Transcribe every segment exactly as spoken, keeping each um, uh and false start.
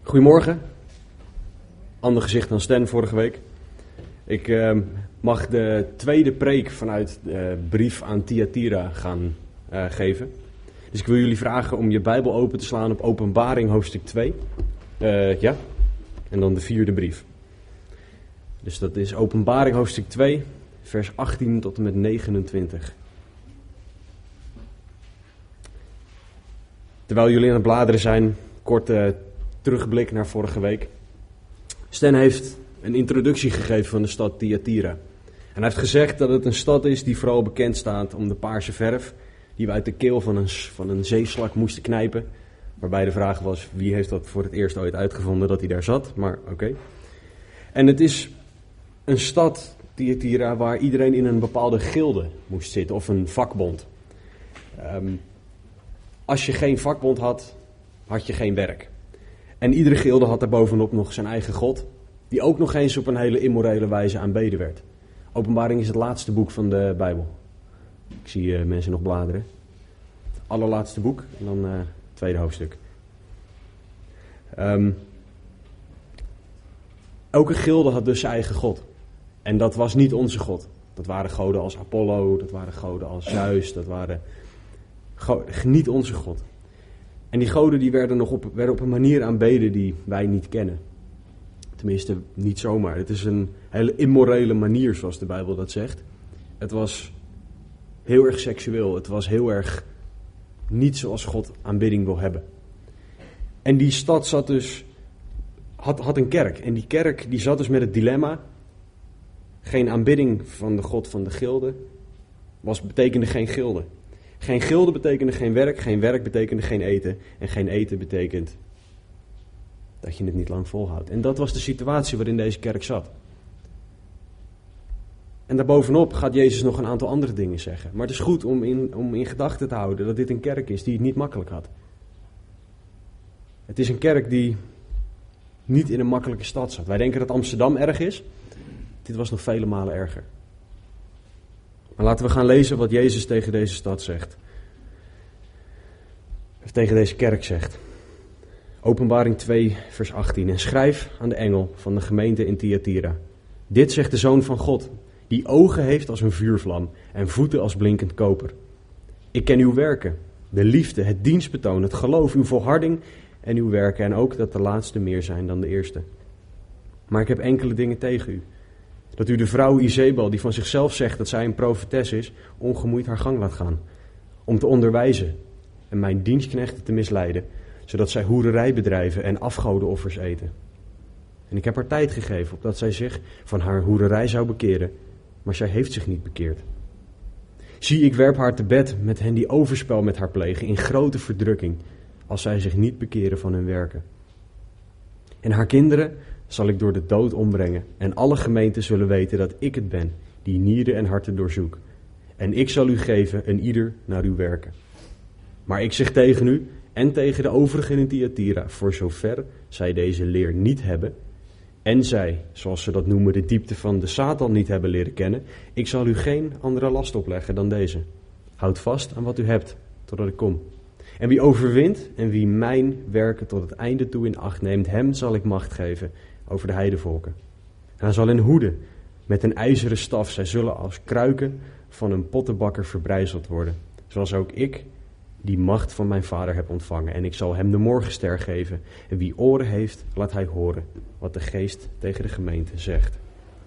Goedemorgen. Ander gezicht dan Stan vorige week. Ik uh, mag de tweede preek vanuit de brief aan Thyatira gaan uh, geven. Dus ik wil jullie vragen om je Bijbel open te slaan op Openbaring hoofdstuk twee. Uh, ja, en dan de vierde brief. Dus dat is Openbaring hoofdstuk twee, vers achttien tot en met negenentwintig. Terwijl jullie aan het bladeren zijn, korte terugblik naar vorige week. Stan heeft een introductie gegeven van de stad Thyatira. En hij heeft gezegd dat het een stad is die vooral bekend staat om de paarse verf die we uit de keel van een, van een zeeslak moesten knijpen. Waarbij de vraag was, wie heeft dat voor het eerst ooit uitgevonden dat hij daar zat? Maar oké. Okay. En het is een stad, Thyatira, waar iedereen in een bepaalde gilde moest zitten of een vakbond. Um, als je geen vakbond had, had je geen werk. En iedere gilde had daar bovenop nog zijn eigen god, die ook nog eens op een hele immorele wijze aanbeden werd. Openbaring is het laatste boek van de Bijbel. Ik zie uh, mensen nog bladeren. Het allerlaatste boek en dan uh, het tweede hoofdstuk. Um, elke gilde had dus zijn eigen god. En dat was niet onze god. Dat waren goden als Apollo, dat waren goden als Zeus, dat waren go- niet onze god. En die goden die werden nog op, werden op een manier aanbeden die wij niet kennen. Tenminste, niet zomaar. Het is een hele immorele manier, zoals de Bijbel dat zegt. Het was heel erg seksueel. Het was heel erg niet zoals God aanbidding wil hebben. En die stad zat dus, had, had een kerk. En die kerk die zat dus met het dilemma. Geen aanbidding van de God van de gilde was, betekende geen gilde. Geen gilde betekende geen werk, geen werk betekende geen eten. En geen eten betekent dat je het niet lang volhoudt. En dat was de situatie waarin deze kerk zat. En daarbovenop gaat Jezus nog een aantal andere dingen zeggen. Maar het is goed om in, om in gedachten te houden dat dit een kerk is die het niet makkelijk had. Het is een kerk die niet in een makkelijke stad zat. Wij denken dat Amsterdam erg is. Dit was nog vele malen erger. Maar laten we gaan lezen wat Jezus tegen deze stad zegt. Of tegen deze kerk zegt. Openbaring twee, vers achttien. En schrijf aan de engel van de gemeente in Thyatira. Dit zegt de Zoon van God, die ogen heeft als een vuurvlam en voeten als blinkend koper. Ik ken uw werken, de liefde, het dienstbetoon, het geloof, uw volharding en uw werken. En ook dat de laatste meer zijn dan de eerste. Maar ik heb enkele dingen tegen u. Dat u de vrouw Izebel, die van zichzelf zegt dat zij een profetes is, ongemoeid haar gang laat gaan. Om te onderwijzen en mijn dienstknechten te misleiden, zodat zij hoererij bedrijven en afgodenoffers eten. En ik heb haar tijd gegeven, opdat zij zich van haar hoererij zou bekeren, maar zij heeft zich niet bekeerd. Zie, ik werp haar te bed met hen die overspel met haar plegen, in grote verdrukking, als zij zich niet bekeren van hun werken. En haar kinderen zal ik door de dood ombrengen, en alle gemeenten zullen weten dat ik het ben, die nieren en harten doorzoek. En ik zal u geven, een ieder naar uw werken. Maar ik zeg tegen u, en tegen de overigen in Thyatira, voor zover zij deze leer niet hebben, en zij, zoals ze dat noemen, de diepte van de Satan niet hebben leren kennen, ik zal u geen andere last opleggen dan deze. Houd vast aan wat u hebt, totdat ik kom. En wie overwint en wie mijn werken tot het einde toe in acht neemt, hem zal ik macht geven over de heidevolken. En hij zal hen hoeden met een ijzeren staf. Zij zullen als kruiken van een pottenbakker verbrijzeld worden, zoals ook ik die macht van mijn vader heb ontvangen. En ik zal hem de morgenster geven. En wie oren heeft, laat hij horen wat de geest tegen de gemeente zegt.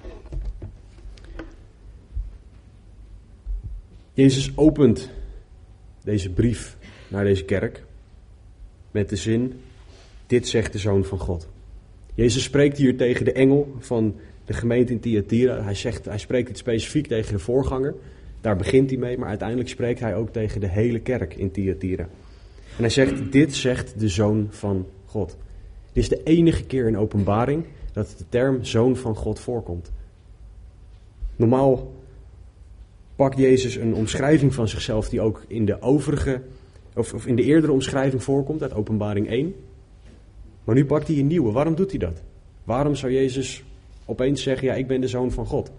Jezus opent deze brief naar deze kerk met de zin, dit zegt de Zoon van God. Jezus spreekt hier tegen de engel van de gemeente in Thyatira. Hij, zegt, hij spreekt het specifiek tegen de voorganger. Daar begint hij mee, maar uiteindelijk spreekt hij ook tegen de hele kerk in Thyatira. En hij zegt, dit zegt de Zoon van God. Dit is de enige keer in Openbaring dat de term Zoon van God voorkomt. Normaal pakt Jezus een omschrijving van zichzelf die ook in de overige, of, of in de eerdere omschrijving voorkomt, uit Openbaring één. Maar nu pakt hij een nieuwe. Waarom doet hij dat? Waarom zou Jezus opeens zeggen, ja, ik ben de Zoon van God?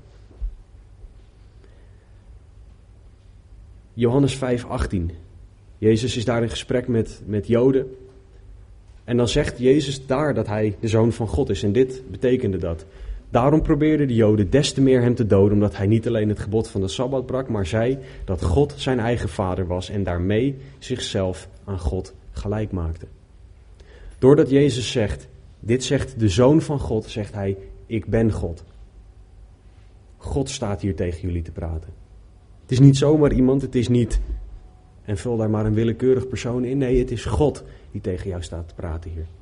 Johannes vijf, achttien. Jezus is daar in gesprek met, met Joden. En dan zegt Jezus daar dat hij de Zoon van God is. En dit betekende dat. Daarom probeerden de Joden des te meer hem te doden, omdat hij niet alleen het gebod van de Sabbat brak, maar zei dat God zijn eigen vader was en daarmee zichzelf aan God gelijk maakte. Doordat Jezus zegt, dit zegt de Zoon van God, zegt hij, ik ben God. God staat hier tegen jullie te praten. Het is niet zomaar iemand, het is niet, en vul daar maar een willekeurig persoon in. Nee, het is God die tegen jou staat te praten hier.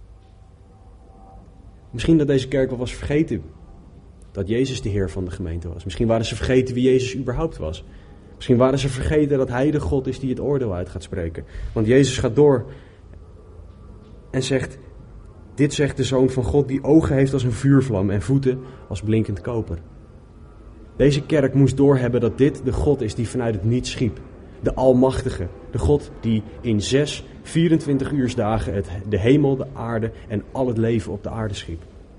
Misschien dat deze kerk wel was vergeten dat Jezus de Heer van de gemeente was. Misschien waren ze vergeten wie Jezus überhaupt was. Misschien waren ze vergeten dat hij de God is die het oordeel uit gaat spreken. Want Jezus gaat door en zegt, dit zegt de Zoon van God die ogen heeft als een vuurvlam en voeten als blinkend koper. Deze kerk moest doorhebben dat dit de God is die vanuit het niets schiep. De Almachtige, de God die in zes, vierentwintig uursdagen het, de hemel, de aarde en al het leven op de aarde schiep.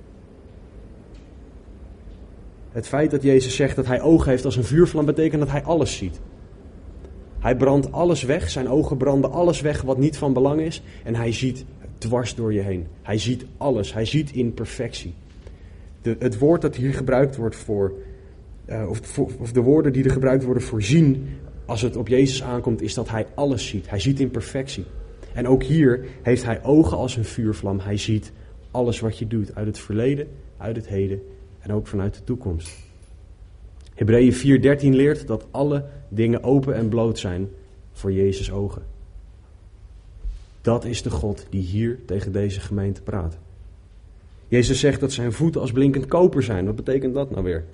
Het feit dat Jezus zegt dat hij ogen heeft als een vuurvlam betekent dat hij alles ziet. Hij brandt alles weg, zijn ogen branden alles weg wat niet van belang is en hij ziet dwars door je heen. Hij ziet alles, hij ziet in perfectie. De, het woord dat hier gebruikt wordt voor, uh, of, voor, of de woorden die er gebruikt worden voor zien, als het op Jezus aankomt, is dat hij alles ziet. Hij ziet in perfectie. En ook hier heeft hij ogen als een vuurvlam. Hij ziet alles wat je doet, uit het verleden, uit het heden en ook vanuit de toekomst. Hebreeën vier dertien leert dat alle dingen open en bloot zijn voor Jezus' ogen. Dat is de God die hier tegen deze gemeente praat. Jezus zegt dat zijn voeten als blinkend koper zijn. Wat betekent dat nou weer?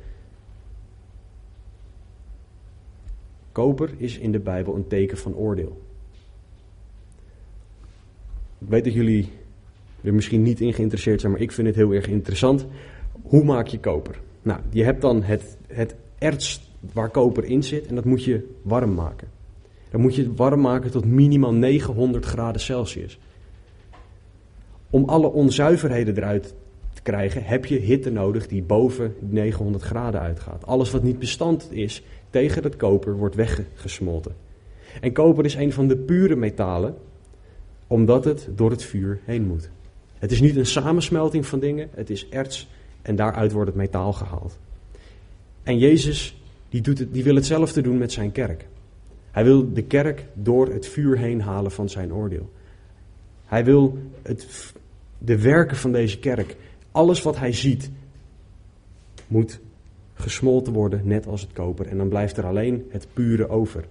Koper is in de Bijbel een teken van oordeel. Ik weet dat jullie er misschien niet in geïnteresseerd zijn, maar ik vind het heel erg interessant. Hoe maak je koper? Nou, je hebt dan het, het erts waar koper in zit en dat moet je warm maken. Dan moet je het warm maken tot minimaal negenhonderd graden Celsius. Om alle onzuiverheden eruit te krijgen heb je hitte nodig die boven negenhonderd graden uitgaat. Alles wat niet bestand is tegen het koper wordt weggesmolten. En koper is een van de pure metalen, omdat het door het vuur heen moet. Het is niet een samensmelting van dingen, het is erts en daaruit wordt het metaal gehaald. En Jezus die doet het, die wil hetzelfde doen met zijn kerk. Hij wil de kerk door het vuur heen halen van zijn oordeel. Hij wil het, de werken van deze kerk, alles wat hij ziet, moet gesmolten worden, net als het koper. En dan blijft er alleen het pure over.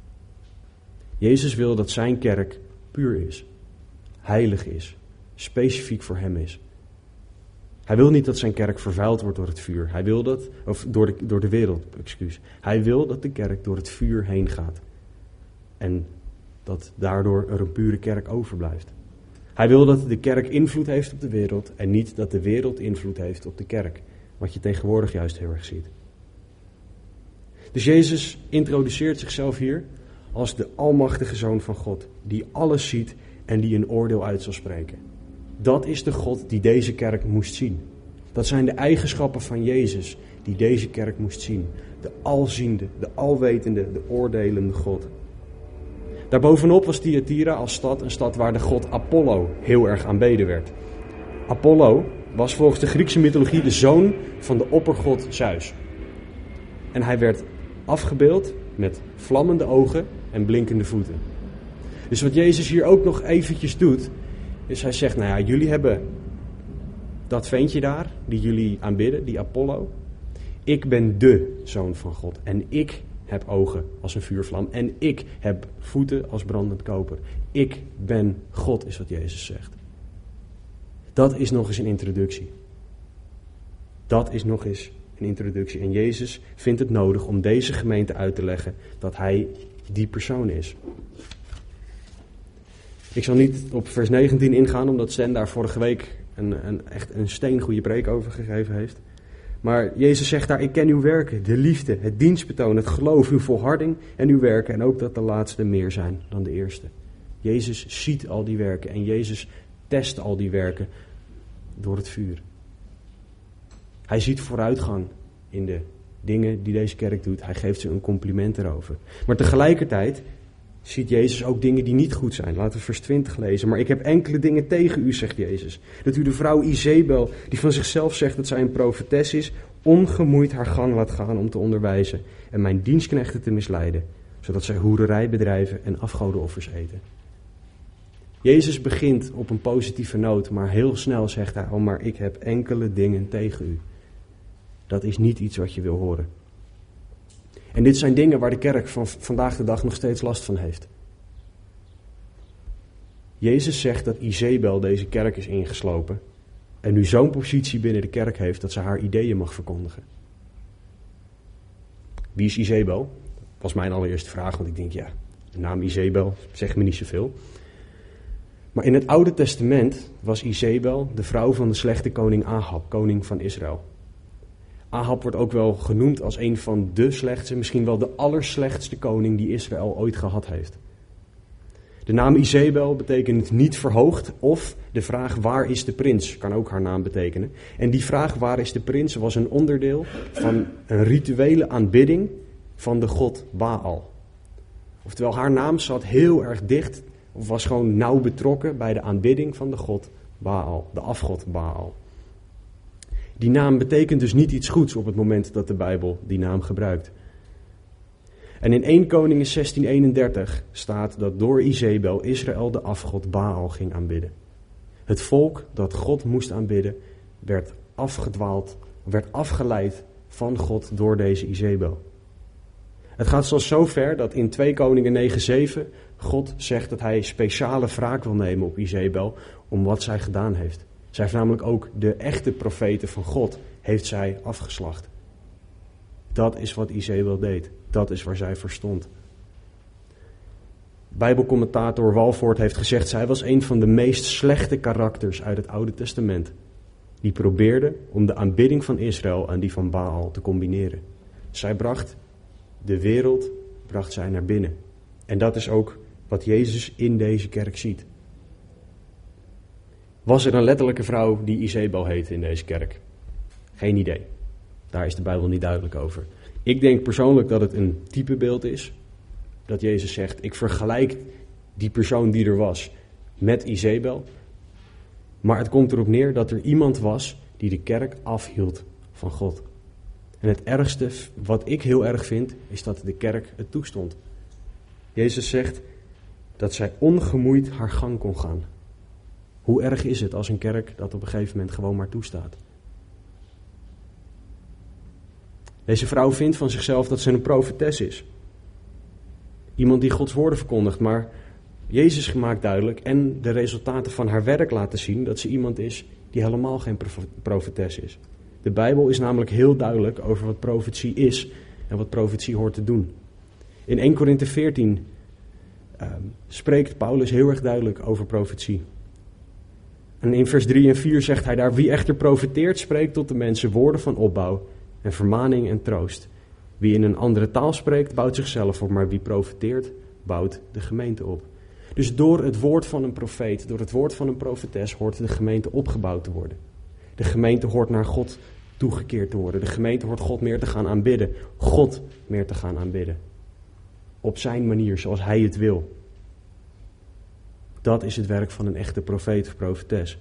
Jezus wil dat zijn kerk puur is, heilig is, specifiek voor hem is. Hij wil niet dat zijn kerk vervuild wordt door het vuur. Hij wil dat, of door de, door de wereld, excuus. Hij wil dat de kerk door het vuur heen gaat. En dat daardoor er een pure kerk overblijft. Hij wil dat de kerk invloed heeft op de wereld en niet dat de wereld invloed heeft op de kerk. Wat je tegenwoordig juist heel erg ziet. Dus Jezus introduceert zichzelf hier als de almachtige Zoon van God. Die alles ziet en die een oordeel uit zal spreken. Dat is de God die deze kerk moest zien. Dat zijn de eigenschappen van Jezus die deze kerk moest zien. De alziende, de alwetende, de oordelende God. Daarbovenop was Thyatira als stad een stad waar de god Apollo heel erg aanbeden werd. Apollo was volgens de Griekse mythologie de zoon van de oppergod Zeus. En hij werd afgebeeld met vlammende ogen en blinkende voeten. Dus wat Jezus hier ook nog eventjes doet, is hij zegt, nou ja, jullie hebben dat ventje daar, die jullie aanbidden, die Apollo. Ik ben de Zoon van God en ik heb ogen als een vuurvlam en ik heb voeten als brandend koper. Ik ben God, is wat Jezus zegt. Dat is nog eens een introductie. Dat is nog eens een introductie. En Jezus vindt het nodig om deze gemeente uit te leggen dat hij die persoon is. Ik zal niet op vers negentien ingaan, omdat Stan daar vorige week een, een, echt een steengoede preek over gegeven heeft. Maar Jezus zegt daar, ik ken uw werken, de liefde, het dienstbetoon, het geloof, uw volharding en uw werken. En ook dat de laatste meer zijn dan de eerste. Jezus ziet al die werken en Jezus test al die werken door het vuur. Hij ziet vooruitgang in de dingen die deze kerk doet. Hij geeft ze een compliment erover. Maar tegelijkertijd ziet Jezus ook dingen die niet goed zijn. Laten we vers twintig lezen. Maar ik heb enkele dingen tegen u, zegt Jezus. Dat u de vrouw Izebel, die van zichzelf zegt dat zij een profetes is, ongemoeid haar gang laat gaan om te onderwijzen en mijn dienstknechten te misleiden, zodat zij hoererij bedrijven en afgodenoffers eten. Jezus begint op een positieve noot, maar heel snel zegt hij, oh maar ik heb enkele dingen tegen u. Dat is niet iets wat je wil horen. En dit zijn dingen waar de kerk van vandaag de dag nog steeds last van heeft. Jezus zegt dat Izebel deze kerk is ingeslopen en nu zo'n positie binnen de kerk heeft dat ze haar ideeën mag verkondigen. Wie is Izebel? Dat was mijn allereerste vraag, want ik denk ja, de naam Izebel zegt me niet zoveel. Maar in het Oude Testament was Izebel de vrouw van de slechte koning Ahab, koning van Israël. Ahab wordt ook wel genoemd als een van de slechtste, misschien wel de allerslechtste koning die Israël ooit gehad heeft. De naam Izebel betekent niet verhoogd of de vraag waar is de prins, kan ook haar naam betekenen. En die vraag waar is de prins was een onderdeel van een rituele aanbidding van de god Baal. Oftewel haar naam zat heel erg dicht of was gewoon nauw betrokken bij de aanbidding van de god Baal, de afgod Baal. Die naam betekent dus niet iets goeds op het moment dat de Bijbel die naam gebruikt. En in Eerste Koningen zestien eenendertig staat dat door Izebel Israël de afgod Baal ging aanbidden. Het volk dat God moest aanbidden werd afgedwaald, werd afgeleid van God door deze Izebel. Het gaat zelfs zo ver dat in Tweede Koningen negen zeven God zegt dat hij speciale wraak wil nemen op Izebel om wat zij gedaan heeft. Zij heeft namelijk ook de echte profeten van God heeft zij afgeslacht. Dat is wat Izebel deed. Dat is waar zij voor stond. Bijbelcommentator Walvoort heeft gezegd, zij was een van de meest slechte karakters uit het Oude Testament. Die probeerde om de aanbidding van Israël aan die van Baal te combineren. Zij bracht de wereld, bracht zij naar binnen. En dat is ook wat Jezus in deze kerk ziet. Was er een letterlijke vrouw die Izebel heette in deze kerk? Geen idee. Daar is de Bijbel niet duidelijk over. Ik denk persoonlijk dat het een typebeeld is. Dat Jezus zegt, ik vergelijk die persoon die er was met Izebel. Maar het komt erop neer dat er iemand was die de kerk afhield van God. En het ergste wat ik heel erg vind, is dat de kerk het toestond. Jezus zegt dat zij ongemoeid haar gang kon gaan. Hoe erg is het als een kerk dat op een gegeven moment gewoon maar toestaat? Deze vrouw vindt van zichzelf dat ze een profetes is. Iemand die Gods woorden verkondigt, maar Jezus maakt duidelijk en de resultaten van haar werk laten zien dat ze iemand is die helemaal geen profetes is. De Bijbel is namelijk heel duidelijk over wat profetie is en wat profetie hoort te doen. In Eerste Korinthe veertien uh, spreekt Paulus heel erg duidelijk over profetie. En in vers drie en vier zegt hij daar, wie echter profeteert spreekt tot de mensen woorden van opbouw en vermaning en troost. Wie in een andere taal spreekt bouwt zichzelf op, maar wie profeteert bouwt de gemeente op. Dus door het woord van een profeet, door het woord van een profetes hoort de gemeente opgebouwd te worden. De gemeente hoort naar God toegekeerd te worden. De gemeente hoort God meer te gaan aanbidden. God meer te gaan aanbidden. Op zijn manier, zoals hij het wil. Dat is het werk van een echte profeet of profetes.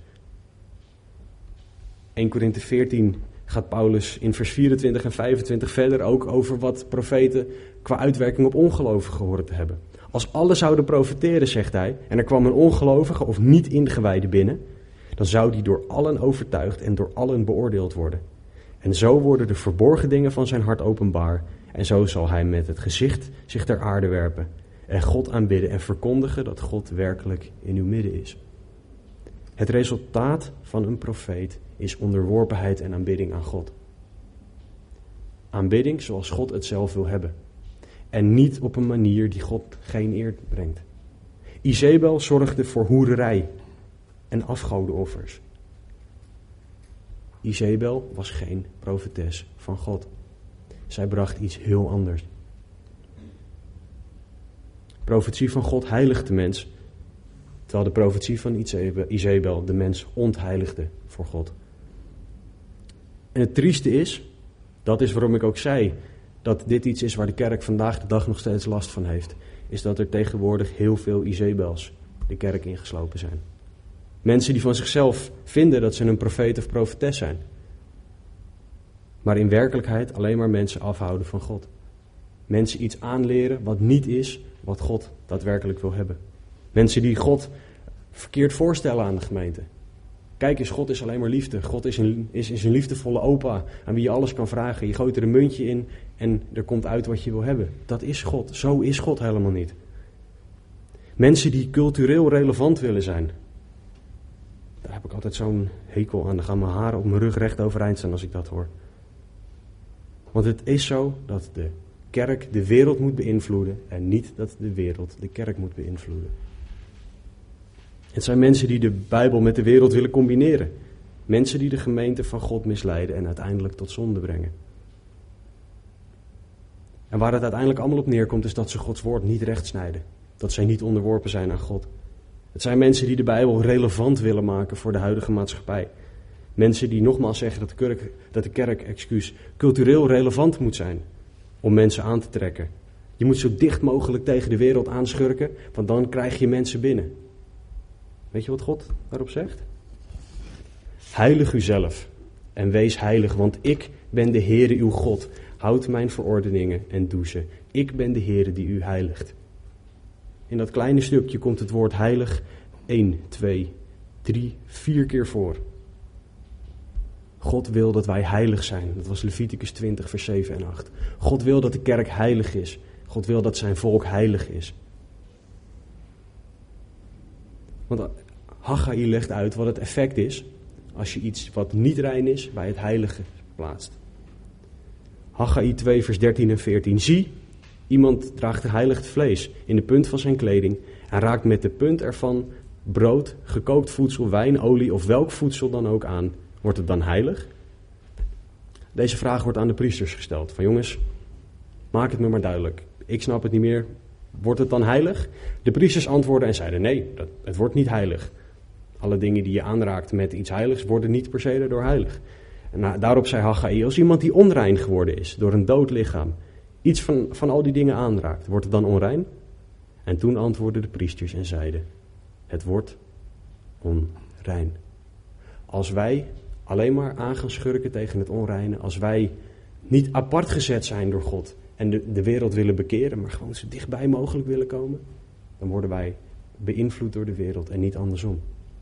Eerste Korinthe veertien gaat Paulus in vers vierentwintig en vijfentwintig verder ook over wat profeten qua uitwerking op ongelovigen horen te hebben. Als alle zouden profeteren, zegt hij, en er kwam een ongelovige of niet ingewijde binnen, dan zou die door allen overtuigd en door allen beoordeeld worden. En zo worden de verborgen dingen van zijn hart openbaar, en zo zal hij met het gezicht zich ter aarde werpen en God aanbidden en verkondigen dat God werkelijk in uw midden is. Het resultaat van een profeet is onderworpenheid en aanbidding aan God. Aanbidding zoals God het zelf wil hebben. En niet op een manier die God geen eer brengt. Izebel zorgde voor hoererij en afgodenoffers. Izebel was geen profetes van God. Zij bracht iets heel anders. Profetie van God heiligt de mens, terwijl de profetie van Izebel de mens ontheiligde voor God. En het trieste is, dat is waarom ik ook zei dat dit iets is waar de kerk vandaag de dag nog steeds last van heeft, is dat er tegenwoordig heel veel Izebels de kerk ingeslopen zijn. Mensen die van zichzelf vinden dat ze een profeet of profetes zijn. Maar in werkelijkheid alleen maar mensen afhouden van God. Mensen iets aanleren wat niet is wat God daadwerkelijk wil hebben. Mensen die God verkeerd voorstellen aan de gemeente. Kijk eens, God is alleen maar liefde. God is een, is, is een liefdevolle opa aan wie je alles kan vragen. Je gooit er een muntje in en er komt uit wat je wil hebben. Dat is God. Zo is God helemaal niet. Mensen die cultureel relevant willen zijn. Daar heb ik altijd zo'n hekel aan. Dan gaan mijn haren op mijn rug recht overeind staan als ik dat hoor. Want het is zo dat de kerk de wereld moet beïnvloeden en niet dat de wereld de kerk moet beïnvloeden. Het zijn mensen die de Bijbel met de wereld willen combineren. Mensen die de gemeente van God misleiden en uiteindelijk tot zonde brengen. En waar het uiteindelijk allemaal op neerkomt is dat ze Gods woord niet recht snijden. Dat zij niet onderworpen zijn aan God. Het zijn mensen die de Bijbel relevant willen maken voor de huidige maatschappij. Mensen die nogmaals zeggen dat de kerk, dat de kerk excuus, cultureel relevant moet zijn om mensen aan te trekken. Je moet zo dicht mogelijk tegen de wereld aanschurken, want dan krijg je mensen binnen. Weet je wat God daarop zegt? Heilig uzelf en wees heilig, want ik ben de Heere uw God. Houd mijn verordeningen en doe ze. Ik ben de Heere die u heiligt. In dat kleine stukje komt het woord heilig één, twee, drie, vier keer voor. God wil dat wij heilig zijn. Dat was Leviticus twintig, vers zeven en acht. God wil dat de kerk heilig is. God wil dat zijn volk heilig is. Want Haggai legt uit wat het effect is als je iets wat niet rein is bij het heilige plaatst. Haggai twee, vers dertien en veertien. Zie, iemand draagt geheiligd vlees in de punt van zijn kleding en raakt met de punt ervan brood, gekookt voedsel, wijn, olie of welk voedsel dan ook aan. Wordt het dan heilig? Deze vraag wordt aan de priesters gesteld. Van jongens, maak het me maar duidelijk. Ik snap het niet meer. Wordt het dan heilig? De priesters antwoordden en zeiden nee, dat, het wordt niet heilig. Alle dingen die je aanraakt met iets heiligs worden niet per se daardoor heilig. En nou, daarop zei Haggai, als iemand die onrein geworden is door een dood lichaam, iets van, van al die dingen aanraakt, wordt het dan onrein? En toen antwoordden de priesters en zeiden, het wordt onrein. Als wij alleen maar aan gaan schurken tegen het onreine, als wij niet apart gezet zijn door God en de, de wereld willen bekeren, maar gewoon zo dichtbij mogelijk willen komen, dan worden wij beïnvloed door de wereld en niet andersom.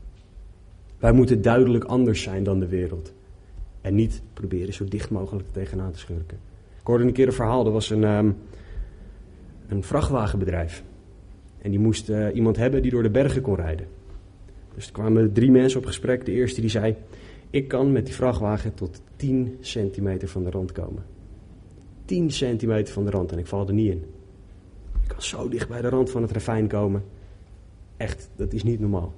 Wij moeten duidelijk anders zijn dan de wereld en niet proberen zo dicht mogelijk tegenaan te schurken. Ik hoorde een keer een verhaal, er was een, um, een vrachtwagenbedrijf en die moest uh, iemand hebben die door de bergen kon rijden. Dus er kwamen drie mensen op gesprek. De eerste die zei, ik kan met die vrachtwagen tot tien centimeter van de rand komen. tien centimeter van de rand en ik val er niet in. Ik kan zo dicht bij de rand van het ravijn komen. Echt, dat is niet normaal.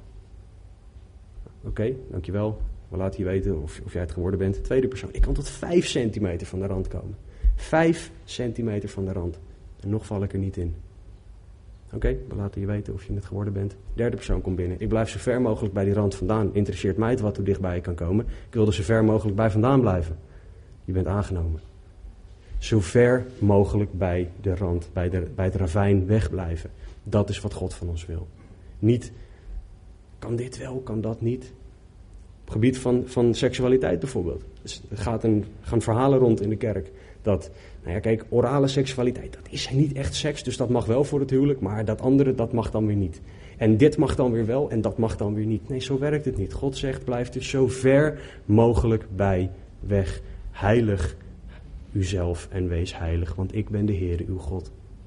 Oké, okay, dankjewel. We laten je weten of, of jij het geworden bent. Tweede persoon, ik kan tot vijf centimeter van de rand komen. vijf centimeter van de rand. En nog val ik er niet in. Oké, okay, we laten je weten of je het geworden bent. Derde persoon komt binnen. Ik blijf zo ver mogelijk bij die rand vandaan. Interesseert mij het wat hoe dichtbij je kan komen. Ik wil er zo ver mogelijk bij vandaan blijven. Je bent aangenomen. Zo ver mogelijk bij de rand, bij, de, bij het ravijn wegblijven. Dat is wat God van ons wil. Niet, kan dit wel, kan dat niet. Op het gebied van, van seksualiteit bijvoorbeeld. Dus er gaat een, gaan verhalen rond in de kerk. Dat, nou ja, kijk, orale seksualiteit, dat is niet echt seks, dus dat mag wel voor het huwelijk, maar dat andere, dat mag dan weer niet. En dit mag dan weer wel en dat mag dan weer niet. Nee, zo werkt het niet. God zegt, blijf er zo ver mogelijk bij weg. Heilig uzelf en wees heilig, want ik ben de Heere uw God.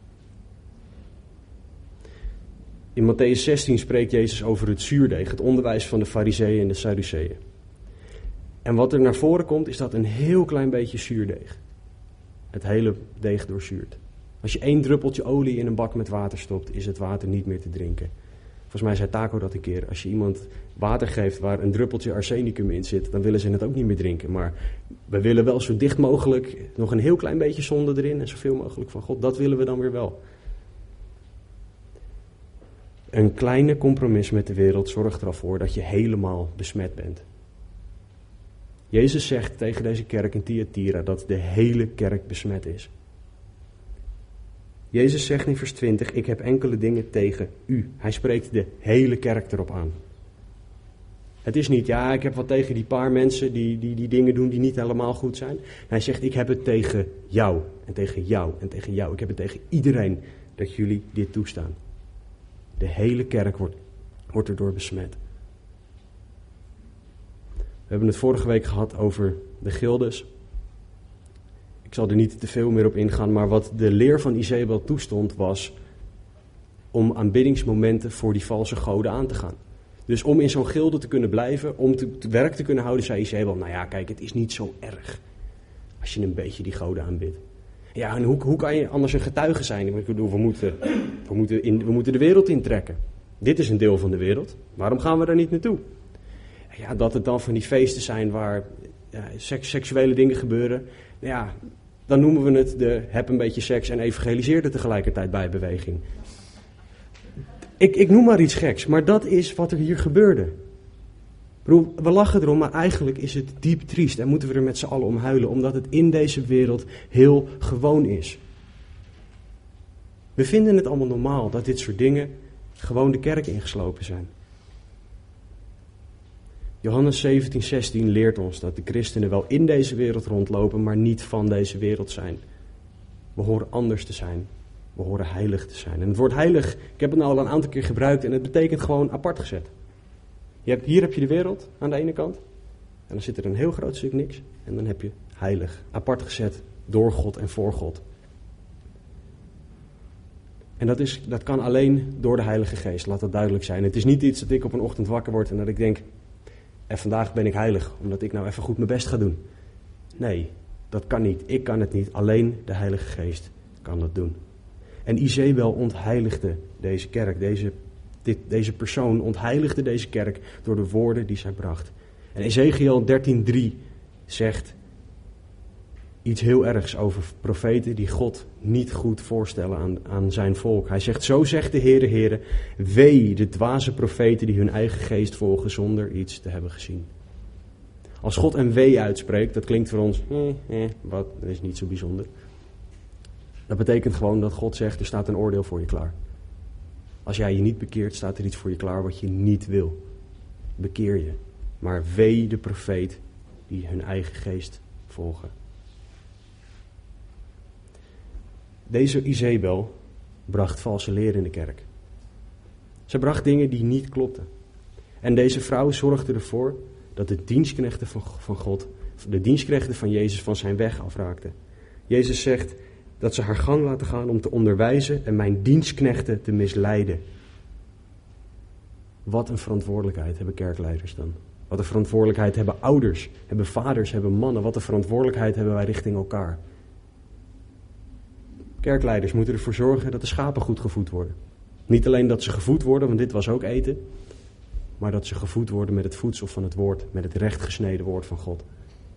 In Matthäus zestien spreekt Jezus over het zuurdeeg, het onderwijs van de Farizeeën en de Sadduceeën. En wat er naar voren komt, is dat een heel klein beetje zuurdeeg het hele deeg doorzuurt. Als je één druppeltje olie in een bak met water stopt, is het water niet meer te drinken. Volgens mij zei Taco dat een keer. Als je iemand water geeft waar een druppeltje arsenicum in zit, dan willen ze het ook niet meer drinken. Maar we willen wel zo dicht mogelijk nog een heel klein beetje zonde erin en zoveel mogelijk van God. Dat willen we dan weer wel. Een kleine compromis met de wereld zorgt er al voor dat je helemaal besmet bent. Jezus zegt tegen deze kerk in Thyatira dat de hele kerk besmet is. Jezus zegt in vers twintig, ik heb enkele dingen tegen u. Hij spreekt de hele kerk erop aan. Het is niet, ja, ik heb wat tegen die paar mensen die, die die dingen doen die niet helemaal goed zijn. Hij zegt, ik heb het tegen jou en tegen jou en tegen jou. Ik heb het tegen iedereen dat jullie dit toestaan. De hele kerk wordt, wordt erdoor besmet. We hebben het vorige week gehad over de gildes. Ik zal er niet te veel meer op ingaan, maar wat de leer van Izebel toestond was om aanbiddingsmomenten voor die valse goden aan te gaan. Dus om in zo'n gilde te kunnen blijven, om te, te werk te kunnen houden, zei Izebel, nou ja, kijk, het is niet zo erg als je een beetje die goden aanbidt. Ja, en hoe, hoe kan je anders een getuige zijn? Ik bedoel, we moeten, we, moeten in, we moeten de wereld intrekken. Dit is een deel van de wereld. Waarom gaan we daar niet naartoe? Ja, dat het dan van die feesten zijn waar ja, seks, seksuele dingen gebeuren. Ja, dan noemen we het de heb een beetje seks en evangeliseer er tegelijkertijd bij beweging. Ik, ik noem maar iets geks, maar dat is wat er hier gebeurde. Bedoel, we lachen erom, maar eigenlijk is het diep triest en moeten we er met z'n allen om huilen, omdat het in deze wereld heel gewoon is. We vinden het allemaal normaal dat dit soort dingen gewoon de kerk ingeslopen zijn. Johannes zeventien zestien leert ons dat de christenen wel in deze wereld rondlopen, maar niet van deze wereld zijn. We horen anders te zijn. We horen heilig te zijn. En het woord heilig, ik heb het nou al een aantal keer gebruikt en het betekent gewoon apart gezet. Je hebt, hier heb je de wereld aan de ene kant. En dan zit er een heel groot stuk niks. En dan heb je heilig. Apart gezet door God en voor God. En dat, is, dat kan alleen door de Heilige Geest. Laat dat duidelijk zijn. Het is niet iets dat ik op een ochtend wakker word en dat ik denk, en vandaag ben ik heilig, omdat ik nou even goed mijn best ga doen. Nee, dat kan niet. Ik kan het niet. Alleen de Heilige Geest kan dat doen. En Izebel ontheiligde deze kerk. Deze, dit, deze persoon ontheiligde deze kerk door de woorden die zij bracht. En Ezekiel dertien drie zegt iets heel ergs over profeten die God niet goed voorstellen aan, aan zijn volk. Hij zegt, zo zegt de Heere, Heere, wee de dwaze profeten die hun eigen geest volgen zonder iets te hebben gezien. Als God een wee uitspreekt, dat klinkt voor ons, eh, eh, wat, dat is niet zo bijzonder. Dat betekent gewoon dat God zegt, er staat een oordeel voor je klaar. Als jij je niet bekeert, staat er iets voor je klaar wat je niet wil. Bekeer je. Maar wee de profeet die hun eigen geest volgen. Deze Izebel bracht valse leer in de kerk. Ze bracht dingen die niet klopten. En deze vrouw zorgde ervoor dat de dienstknechten van, van God, de dienstknechten van Jezus van zijn weg afraakten. Jezus zegt dat ze haar gang laten gaan om te onderwijzen en mijn dienstknechten te misleiden. Wat een verantwoordelijkheid hebben kerkleiders dan. Wat een verantwoordelijkheid hebben ouders, hebben vaders, hebben mannen. Wat een verantwoordelijkheid hebben wij richting elkaar. Kerkleiders moeten ervoor zorgen dat de schapen goed gevoed worden. Niet alleen dat ze gevoed worden, want dit was ook eten. Maar dat ze gevoed worden met het voedsel van het woord. Met het rechtgesneden woord van God.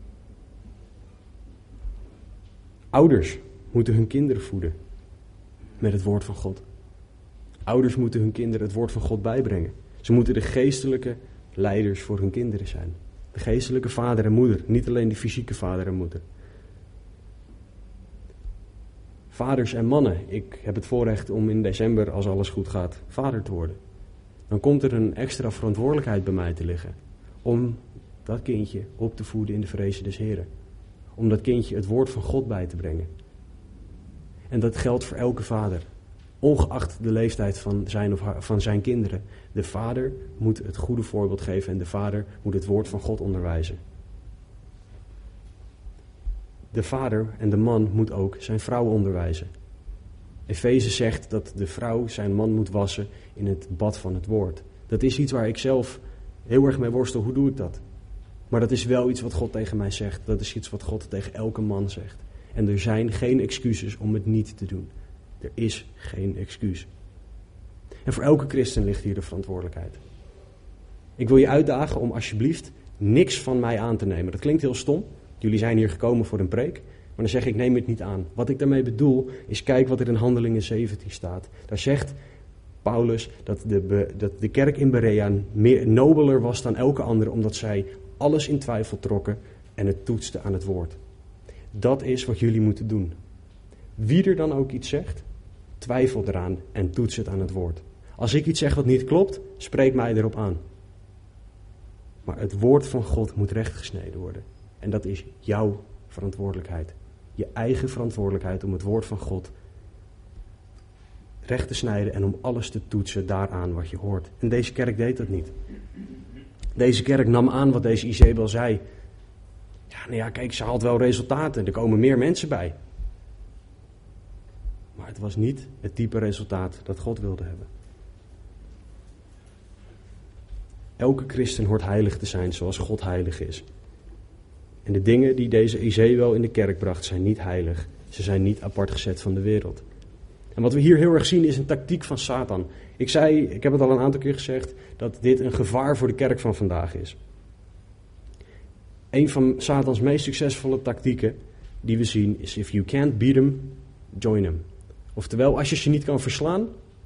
Ouders moeten hun kinderen voeden. Met het woord van God. Ouders moeten hun kinderen het woord van God bijbrengen. Ze moeten de geestelijke leiders voor hun kinderen zijn. De geestelijke vader en moeder. Niet alleen de fysieke vader en moeder. Vaders en mannen. Ik heb het voorrecht om in december, als alles goed gaat, vader te worden. Dan komt er een extra verantwoordelijkheid bij mij te liggen. Om dat kindje op te voeden in de vrezen des Heren. Om dat kindje het woord van God bij te brengen. En dat geldt voor elke vader. Ongeacht de leeftijd van zijn of haar, van zijn kinderen. De vader moet het goede voorbeeld geven en de vader moet het woord van God onderwijzen. De vader en de man moet ook zijn vrouw onderwijzen. Efeze zegt dat de vrouw zijn man moet wassen in het bad van het woord. Dat is iets waar ik zelf heel erg mee worstel. Hoe doe ik dat? Maar dat is wel iets wat God tegen mij zegt. Dat is iets wat God tegen elke man zegt. En er zijn geen excuses om het niet te doen. Er is geen excuus. En voor elke christen ligt hier de verantwoordelijkheid. Ik wil je uitdagen om alsjeblieft niks van mij aan te nemen. Dat klinkt heel stom. Jullie zijn hier gekomen voor een preek. Maar dan zeg ik, neem het niet aan. Wat ik daarmee bedoel, is kijk wat er in Handelingen zeventien staat. Daar zegt Paulus dat de, dat de kerk in Berea meer nobeler was dan elke andere, omdat zij alles in twijfel trokken en het toetsten aan het woord. Dat is wat jullie moeten doen. Wie er dan ook iets zegt, Twijfel eraan en toets het aan het woord. Als ik iets zeg wat niet klopt, spreek mij erop aan. Maar het woord van God moet rechtgesneden worden. En dat is jouw verantwoordelijkheid. Je eigen verantwoordelijkheid om het woord van God recht te snijden en om alles te toetsen daaraan wat je hoort. En deze kerk deed dat niet. Deze kerk nam aan wat deze Izebel zei. Ja, nou ja, kijk, ze haalt wel resultaten. Er komen meer mensen bij. Maar het was niet het type resultaat dat God wilde hebben. Elke christen hoort heilig te zijn zoals God heilig is. En de dingen die deze Izebel in de kerk bracht zijn niet heilig. Ze zijn niet apart gezet van de wereld. En wat we hier heel erg zien is een tactiek van Satan. Ik zei, ik heb het al een aantal keer gezegd, dat dit een gevaar voor de kerk van vandaag is. Een van Satans meest succesvolle tactieken die we zien is: if you can't beat him, join him. Oftewel, als je ze niet kan verslaan,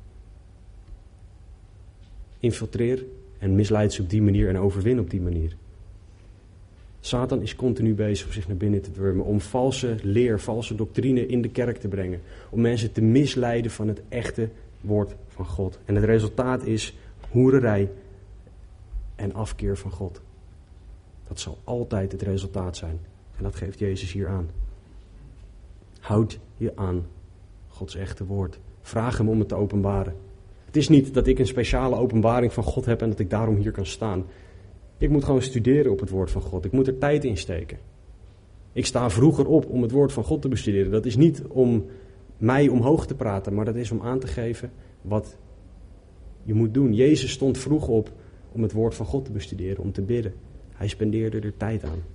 infiltreer en misleid ze op die manier en overwin op die manier. Satan is continu bezig om zich naar binnen te wurmen, om valse leer, valse doctrine in de kerk te brengen. Om mensen te misleiden van het echte woord van God. En het resultaat is hoererij en afkeer van God. Dat zal altijd het resultaat zijn. En dat geeft Jezus hier aan. Houd je aan Gods echte woord. Vraag hem om het te openbaren. Het is niet dat ik een speciale openbaring van God heb en dat ik daarom hier kan staan. Ik moet gewoon studeren op het woord van God. Ik moet er tijd in steken. Ik sta vroeger op om het woord van God te bestuderen. Dat is niet om mij omhoog te praten, maar dat is om aan te geven wat je moet doen. Jezus stond vroeg op om het woord van God te bestuderen, om te bidden. Hij spendeerde er tijd aan.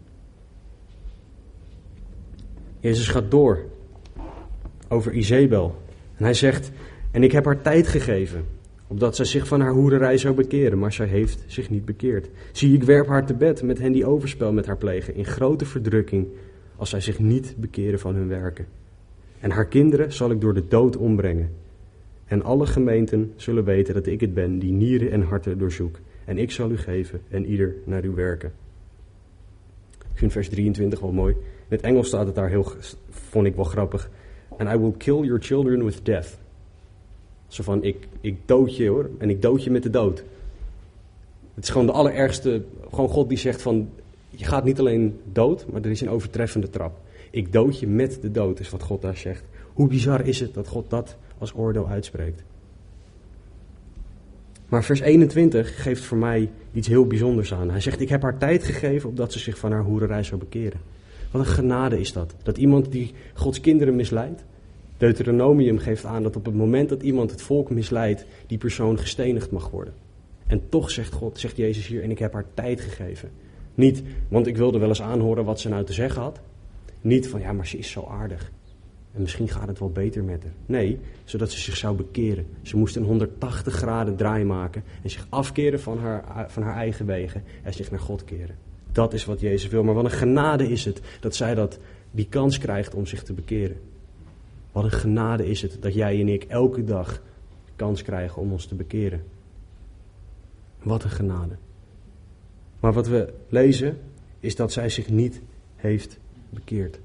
Jezus gaat door over Izebel. En hij zegt: en ik heb haar tijd gegeven, opdat zij zich van haar hoererij zou bekeren, maar zij heeft zich niet bekeerd. Zie, ik werp haar te bed met hen die overspel met haar plegen, in grote verdrukking, als zij zich niet bekeren van hun werken. En haar kinderen zal ik door de dood ombrengen. En alle gemeenten zullen weten dat ik het ben die nieren en harten doorzoek. En ik zal u geven en ieder naar uw werken. Ik vind vers drieëntwintig wel mooi. In het Engels staat het daar heel, vond ik wel grappig. And I will kill your children with death. Zo van, ik, ik dood je hoor, en ik dood je met de dood. Het is gewoon de allerergste, gewoon God die zegt van, je gaat niet alleen dood, maar er is een overtreffende trap. Ik dood je met de dood, is wat God daar zegt. Hoe bizar is het dat God dat als oordeel uitspreekt. Maar vers eenentwintig geeft voor mij iets heel bijzonders aan. Hij zegt, ik heb haar tijd gegeven opdat ze zich van haar hoererij zou bekeren. Wat een genade is dat. Dat iemand die Gods kinderen misleidt. Deuteronomium geeft aan dat op het moment dat iemand het volk misleidt, die persoon gestenigd mag worden. En toch zegt God, zegt Jezus hier, en ik heb haar tijd gegeven. Niet, want ik wilde wel eens aanhoren wat ze nou te zeggen had. Niet van, ja, maar ze is zo aardig. En misschien gaat het wel beter met haar. Nee, zodat ze zich zou bekeren. Ze moest een honderdtachtig graden draai maken en zich afkeren van haar, van haar eigen wegen en zich naar God keren. Dat is wat Jezus wil. Maar wat een genade is het dat zij dat, die kans krijgt om zich te bekeren. Wat een genade is het dat jij en ik elke dag kans krijgen om ons te bekeren. Wat een genade. Maar wat we lezen is dat zij zich niet heeft bekeerd.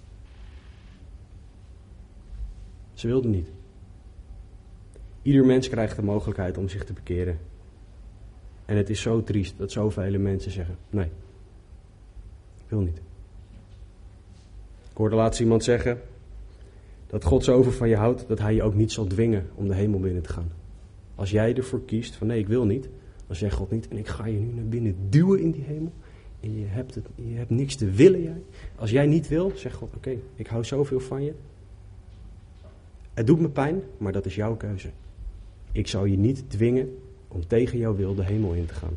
Ze wilde niet. Ieder mens krijgt de mogelijkheid om zich te bekeren. En het is zo triest dat zoveel mensen zeggen, nee, ik wil niet. Ik hoorde laatst iemand zeggen dat God zoveel van je houdt dat hij je ook niet zal dwingen om de hemel binnen te gaan. Als jij ervoor kiest van nee, ik wil niet, dan zegt God niet en ik ga je nu naar binnen duwen in die hemel. En je hebt, het, je hebt niks te willen jij. Als jij niet wil, zegt God, oké, okay, ik hou zoveel van je. Het doet me pijn, maar dat is jouw keuze. Ik zal je niet dwingen om tegen jouw wil de hemel in te gaan.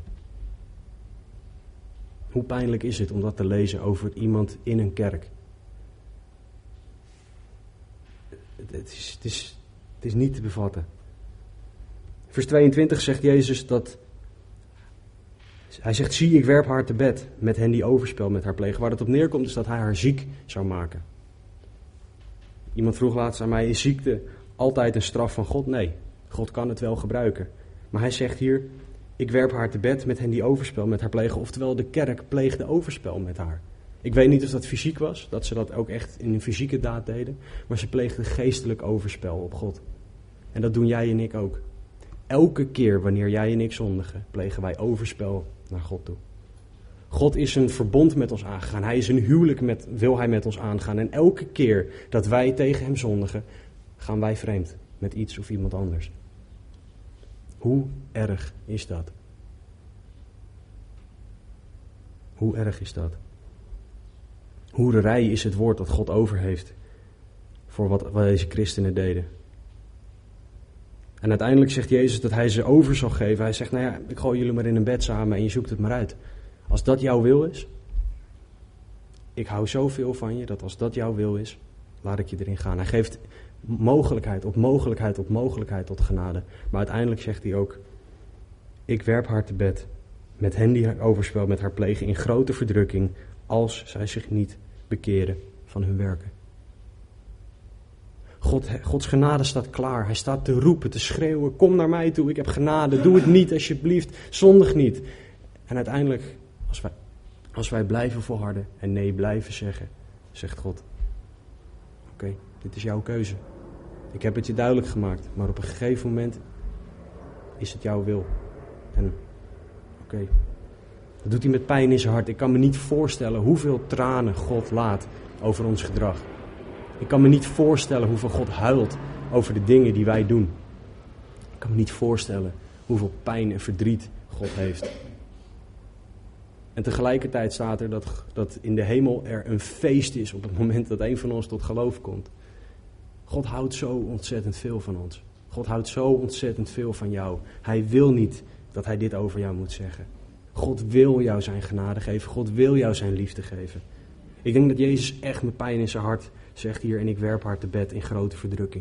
Hoe pijnlijk is het om dat te lezen over iemand in een kerk? Het is, het is, het is niet te bevatten. Vers tweeëntwintig zegt Jezus dat... Hij zegt, zie, ik werp haar te bed met hen die overspel met haar plegen. Waar het op neerkomt is dat hij haar ziek zou maken. Iemand vroeg laatst aan mij, is ziekte altijd een straf van God? Nee, God kan het wel gebruiken. Maar hij zegt hier, ik werp haar te bed met hen die overspel met haar plegen. Oftewel, de kerk pleegde overspel met haar. Ik weet niet of dat fysiek was, dat ze dat ook echt in een fysieke daad deden. Maar ze pleegden geestelijk overspel op God. En dat doen jij en ik ook. Elke keer wanneer jij en ik zondigen, plegen wij overspel naar God toe. God is een verbond met ons aangegaan. Hij is een huwelijk met, wil hij met ons aangaan. En elke keer dat wij tegen hem zondigen, gaan wij vreemd met iets of iemand anders. Hoe erg is dat? Hoe erg is dat? Hoererij is het woord dat God over heeft voor wat, wat deze christenen deden. En uiteindelijk zegt Jezus dat hij ze over zal geven. Hij zegt, nou ja, ik gooi jullie maar in een bed samen en je zoekt het maar uit. Als dat jouw wil is, ik hou zoveel van je, dat als dat jouw wil is, laat ik je erin gaan. Hij geeft mogelijkheid op mogelijkheid op mogelijkheid tot genade. Maar uiteindelijk zegt hij ook, ik werp haar te bed met hen die haar overspel met haar plegen in grote verdrukking, als zij zich niet bekeren van hun werken. God, Gods genade staat klaar. Hij staat te roepen, te schreeuwen, kom naar mij toe, ik heb genade, doe het niet alsjeblieft, zondig niet. En uiteindelijk, als wij, als wij blijven volharden en nee blijven zeggen, zegt God, oké, okay, dit is jouw keuze. Ik heb het je duidelijk gemaakt, maar op een gegeven moment is het jouw wil. En oké, okay, dat doet hij met pijn in zijn hart. Ik kan me niet voorstellen hoeveel tranen God laat over ons gedrag. Ik kan me niet voorstellen hoeveel God huilt over de dingen die wij doen. Ik kan me niet voorstellen hoeveel pijn en verdriet God heeft. En tegelijkertijd staat er dat, dat in de hemel er een feest is op het moment dat een van ons tot geloof komt. God houdt zo ontzettend veel van ons. God houdt zo ontzettend veel van jou. Hij wil niet dat hij dit over jou moet zeggen. God wil jou zijn genade geven. God wil jou zijn liefde geven. Ik denk dat Jezus echt met pijn in zijn hart zegt hier, en ik werp haar te bed in grote verdrukking.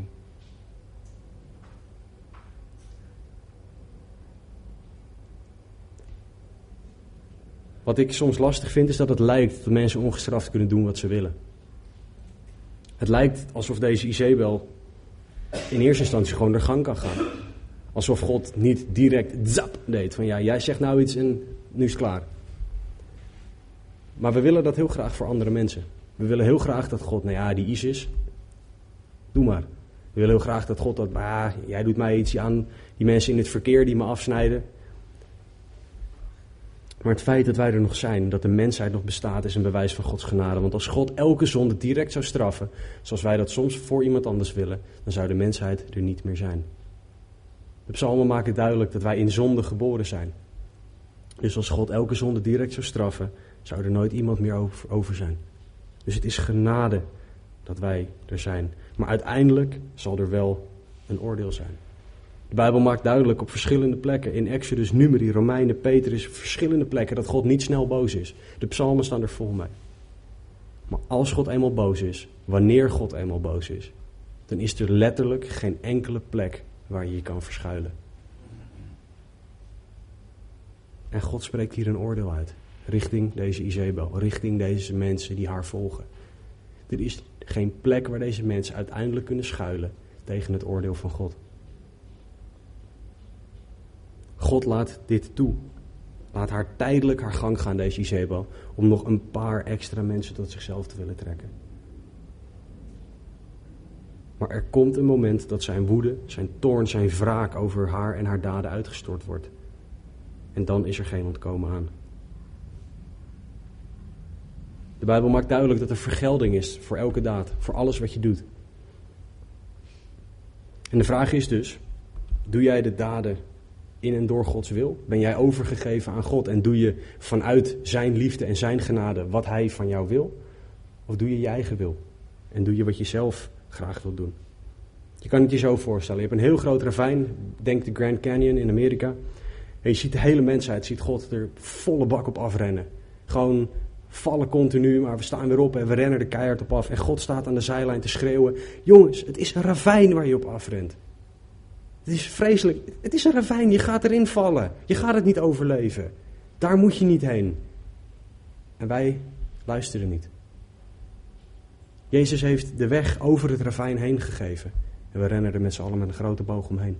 Wat ik soms lastig vind is dat het lijkt dat mensen ongestraft kunnen doen wat ze willen. Het lijkt alsof deze Izebel in eerste instantie gewoon de gang kan gaan. Alsof God niet direct zap deed. Van ja, jij zegt nou iets en nu is het klaar. Maar we willen dat heel graag voor andere mensen. We willen heel graag dat God, nou ja, die ISIS, doe maar. We willen heel graag dat God dat, ah, jij doet mij iets aan, die mensen in het verkeer die me afsnijden. Maar het feit dat wij er nog zijn, dat de mensheid nog bestaat, is een bewijs van Gods genade. Want als God elke zonde direct zou straffen, zoals wij dat soms voor iemand anders willen, dan zou de mensheid er niet meer zijn. De psalmen maken duidelijk dat wij in zonde geboren zijn. Dus als God elke zonde direct zou straffen, zou er nooit iemand meer over, over zijn. Dus het is genade dat wij er zijn. Maar uiteindelijk zal er wel een oordeel zijn. De Bijbel maakt duidelijk op verschillende plekken, in Exodus, Numeri, Romeinen, Petrus, verschillende plekken, dat God niet snel boos is. De psalmen staan er vol mee. Maar als God eenmaal boos is, wanneer God eenmaal boos is, dan is er letterlijk geen enkele plek waar je je kan verschuilen. En God spreekt hier een oordeel uit, richting deze Izebel, richting deze mensen die haar volgen. Er is geen plek waar deze mensen uiteindelijk kunnen schuilen tegen het oordeel van God. God laat dit toe. Laat haar tijdelijk haar gang gaan, deze Izebel, om nog een paar extra mensen tot zichzelf te willen trekken. Maar er komt een moment dat zijn woede, zijn toorn, zijn wraak over haar en haar daden uitgestort wordt. En dan is er geen ontkomen aan. De Bijbel maakt duidelijk dat er vergelding is voor elke daad, voor alles wat je doet. En de vraag is dus, doe jij de daden in en door Gods wil? Ben jij overgegeven aan God en doe je vanuit zijn liefde en zijn genade wat hij van jou wil? Of doe je je eigen wil? En doe je wat je zelf graag wilt doen? Je kan het je zo voorstellen. Je hebt een heel groot ravijn, denk de Grand Canyon in Amerika. En je ziet de hele mensheid, ziet God er volle bak op afrennen. Gewoon vallen continu, maar we staan weer op en we rennen er keihard op af. En God staat aan de zijlijn te schreeuwen, jongens, het is een ravijn waar je op afrent. Het is vreselijk. Het is een ravijn, je gaat erin vallen. Je gaat het niet overleven. Daar moet je niet heen. En wij luisteren niet. Jezus heeft de weg over het ravijn heen gegeven. En we rennen er met z'n allen met een grote boog omheen.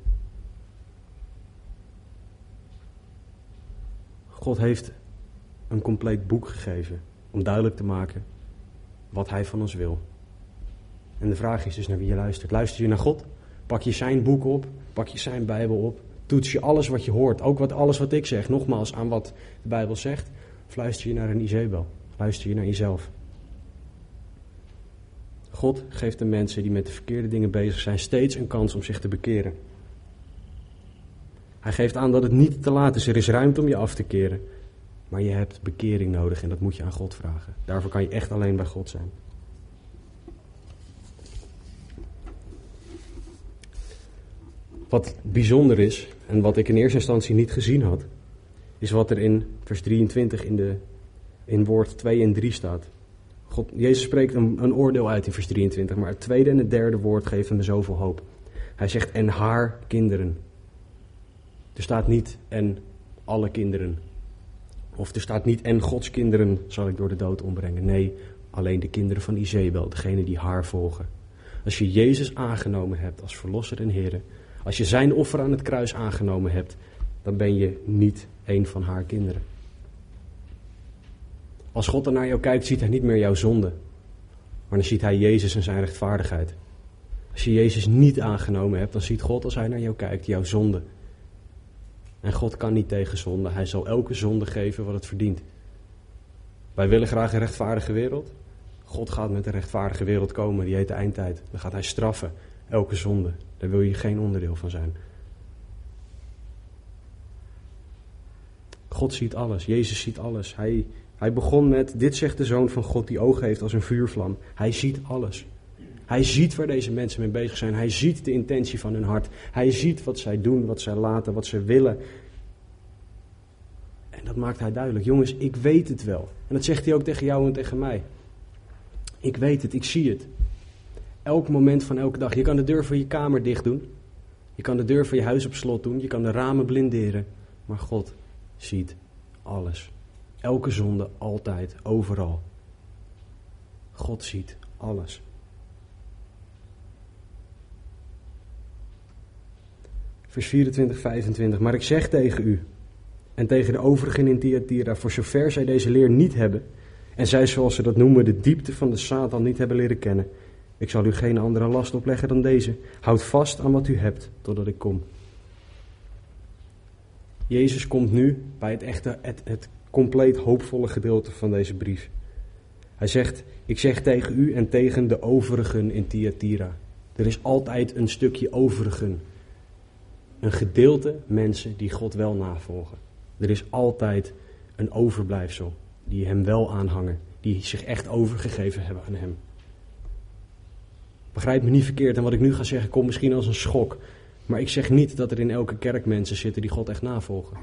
God heeft een compleet boek gegeven om duidelijk te maken wat hij van ons wil. En de vraag is dus naar wie je luistert. Luister je naar God? Pak je zijn boek op? Pak je zijn Bijbel op? Toets je alles wat je hoort? Ook wat, alles wat ik zeg, nogmaals aan wat de Bijbel zegt? Of luister je naar een Izebel? Luister je naar jezelf? God geeft de mensen die met de verkeerde dingen bezig zijn steeds een kans om zich te bekeren. Hij geeft aan dat het niet te laat is. Er is ruimte om je af te keren. Maar je hebt bekering nodig en dat moet je aan God vragen. Daarvoor kan je echt alleen bij God zijn. Wat bijzonder is, en wat ik in eerste instantie niet gezien had, is wat er in vers drieëntwintig in, de, in woord twee en drie staat. God, Jezus spreekt een, een oordeel uit in vers drieëntwintig, maar het tweede en het derde woord geven me zoveel hoop. Hij zegt, en haar kinderen. Er staat niet, en alle kinderen. Of er staat niet, en Gods kinderen zal ik door de dood ombrengen. Nee, alleen de kinderen van Izebel, degene die haar volgen. Als je Jezus aangenomen hebt als verlosser en Heere, als je zijn offer aan het kruis aangenomen hebt, dan ben je niet een van haar kinderen. Als God dan naar jou kijkt, ziet hij niet meer jouw zonde, maar dan ziet hij Jezus en zijn rechtvaardigheid. Als je Jezus niet aangenomen hebt, dan ziet God als hij naar jou kijkt jouw zonde. En God kan niet tegen zonde. Hij zal elke zonde geven wat het verdient. Wij willen graag een rechtvaardige wereld. God gaat met een rechtvaardige wereld komen, die heet de eindtijd. Dan gaat hij straffen elke zonde. Daar wil je geen onderdeel van zijn. God ziet alles. Jezus ziet alles. Hij, hij begon met, dit zegt de Zoon van God die ogen heeft als een vuurvlam. Hij ziet alles. Hij ziet waar deze mensen mee bezig zijn. Hij ziet de intentie van hun hart. Hij ziet wat zij doen, wat zij laten, wat ze willen. En dat maakt hij duidelijk. Jongens, ik weet het wel. En dat zegt hij ook tegen jou en tegen mij. Ik weet het, ik zie het. Elk moment van elke dag. Je kan de deur van je kamer dicht doen. Je kan de deur van je huis op slot doen. Je kan de ramen blinderen. Maar God ziet alles. Elke zonde, altijd, overal. God ziet alles. Vers vierentwintig, vijfentwintig. Maar ik zeg tegen u en tegen de overigen in Thyatira, voor zover zij deze leer niet hebben, en zij, zoals ze dat noemen, de diepte van de Satan niet hebben leren kennen, ik zal u geen andere last opleggen dan deze. Houd vast aan wat u hebt, totdat ik kom. Jezus komt nu bij het echte, het, het compleet hoopvolle gedeelte van deze brief. Hij zegt, ik zeg tegen u en tegen de overigen in Thyatira. Er is altijd een stukje overigen. Een gedeelte mensen die God wel navolgen. Er is altijd een overblijfsel die hem wel aanhangen. Die zich echt overgegeven hebben aan hem. Begrijp me niet verkeerd en wat ik nu ga zeggen komt misschien als een schok. Maar ik zeg niet dat er in elke kerk mensen zitten die God echt navolgen.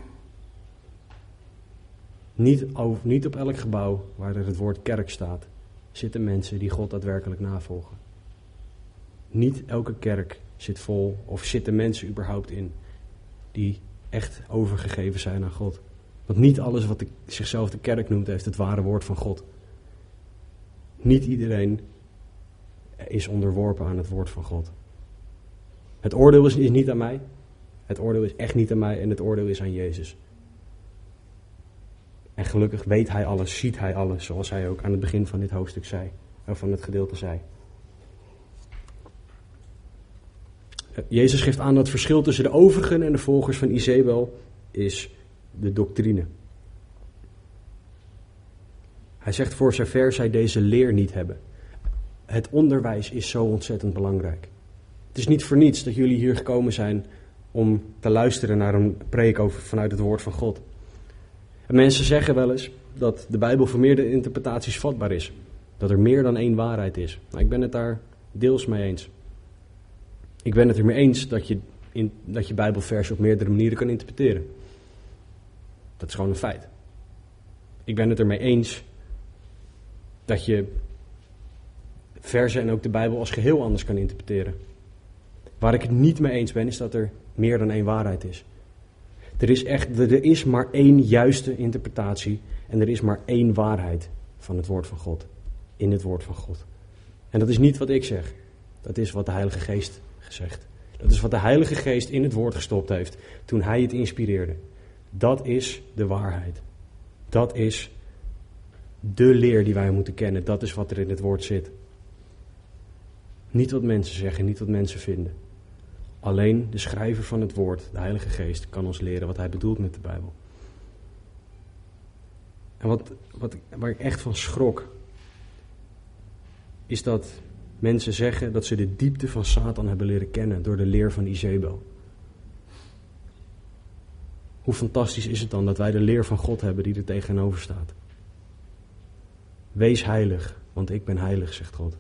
Niet, over, niet op elk gebouw waar er het woord kerk staat, zitten mensen die God daadwerkelijk navolgen. Niet elke kerk zit vol, of zitten mensen überhaupt in, die echt overgegeven zijn aan God. Want niet alles wat de, zichzelf de kerk noemt, heeft het ware woord van God. Niet iedereen is onderworpen aan het woord van God. Het oordeel is, is niet aan mij. Het oordeel is echt niet aan mij en het oordeel is aan Jezus. En gelukkig weet hij alles, ziet hij alles, zoals hij ook aan het begin van dit hoofdstuk zei, of van het gedeelte zei. Jezus geeft aan dat het verschil tussen de overigen en de volgers van Izebel is de doctrine. Hij zegt, voor zover zij deze leer niet hebben. Het onderwijs is zo ontzettend belangrijk. Het is niet voor niets dat jullie hier gekomen zijn om te luisteren naar een preek over vanuit het woord van God. En mensen zeggen wel eens dat de Bijbel voor meerdere interpretaties vatbaar is. Dat er meer dan één waarheid is. Nou, ik ben het daar deels mee eens. Ik ben het er mee eens dat je, in, dat je Bijbelversen op meerdere manieren kan interpreteren. Dat is gewoon een feit. Ik ben het er mee eens dat je versen en ook de Bijbel als geheel anders kan interpreteren. Waar ik het niet mee eens ben, is dat er meer dan één waarheid is. Er is, echt, er is maar één juiste interpretatie en er is maar één waarheid van het woord van God. In het woord van God. En dat is niet wat ik zeg. Dat is wat de Heilige Geest gezegd. Dat is wat de Heilige Geest in het woord gestopt heeft toen hij het inspireerde. Dat is de waarheid. Dat is de leer die wij moeten kennen, dat is wat er in het woord zit. Niet wat mensen zeggen, niet wat mensen vinden. Alleen de schrijver van het woord, de Heilige Geest, kan ons leren wat hij bedoelt met de Bijbel. En wat, wat, waar ik echt van schrok, is dat mensen zeggen dat ze de diepte van Satan hebben leren kennen door de leer van Izebel. Hoe fantastisch is het dan dat wij de leer van God hebben die er tegenover staat. Wees heilig, want ik ben heilig, zegt God.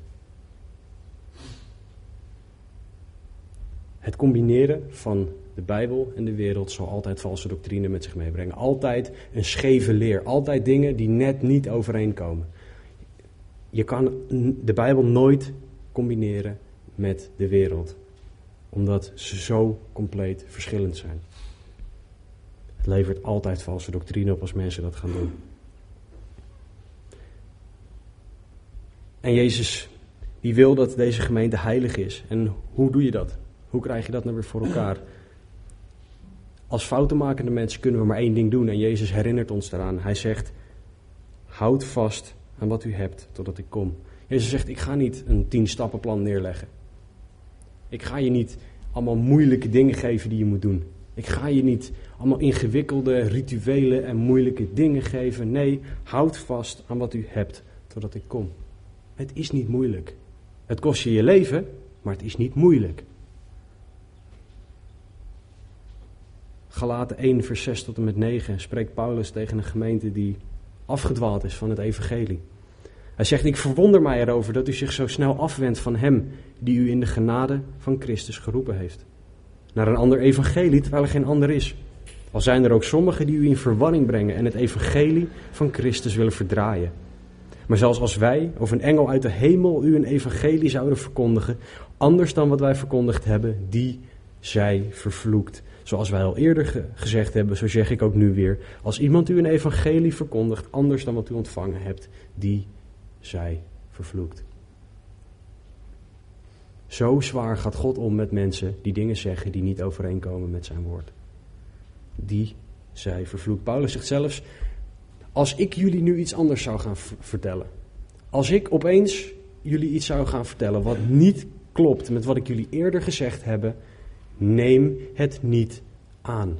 Het combineren van de Bijbel en de wereld zal altijd valse doctrine met zich meebrengen. Altijd een scheve leer. Altijd dingen die net niet overeenkomen. Je kan de Bijbel nooit combineren met de wereld. Omdat ze zo compleet verschillend zijn. Het levert altijd valse doctrine op als mensen dat gaan doen. En Jezus, die wil dat deze gemeente heilig is. En hoe doe je dat? Hoe krijg je dat nou weer voor elkaar? Als foutenmakende mensen kunnen we maar één ding doen. En Jezus herinnert ons daaraan. Hij zegt, houd vast aan wat u hebt totdat ik kom. Jezus zegt, ik ga niet een tien stappenplan neerleggen. Ik ga je niet allemaal moeilijke dingen geven die je moet doen. Ik ga je niet allemaal ingewikkelde rituelen en moeilijke dingen geven. Nee, houd vast aan wat u hebt totdat ik kom. Het is niet moeilijk. Het kost je je leven, maar het is niet moeilijk. Galaten één vers zes tot en met negen spreekt Paulus tegen een gemeente die afgedwaald is van het evangelie. Hij zegt, ik verwonder mij erover dat u zich zo snel afwendt van hem die u in de genade van Christus geroepen heeft. Naar een ander evangelie, terwijl er geen ander is. Al zijn er ook sommigen die u in verwarring brengen en het evangelie van Christus willen verdraaien. Maar zelfs als wij of een engel uit de hemel u een evangelie zouden verkondigen, anders dan wat wij verkondigd hebben, die zij vervloekt. Zoals wij al eerder ge- gezegd hebben, zo zeg ik ook nu weer. Als iemand u een evangelie verkondigt, anders dan wat u ontvangen hebt, die zij vervloekt. Zo zwaar gaat God om met mensen die dingen zeggen die niet overeenkomen met zijn woord. Die zij vervloekt. Paulus zegt zelfs, als ik jullie nu iets anders zou gaan v- vertellen. Als ik opeens jullie iets zou gaan vertellen wat niet klopt met wat ik jullie eerder gezegd heb, neem het niet aan.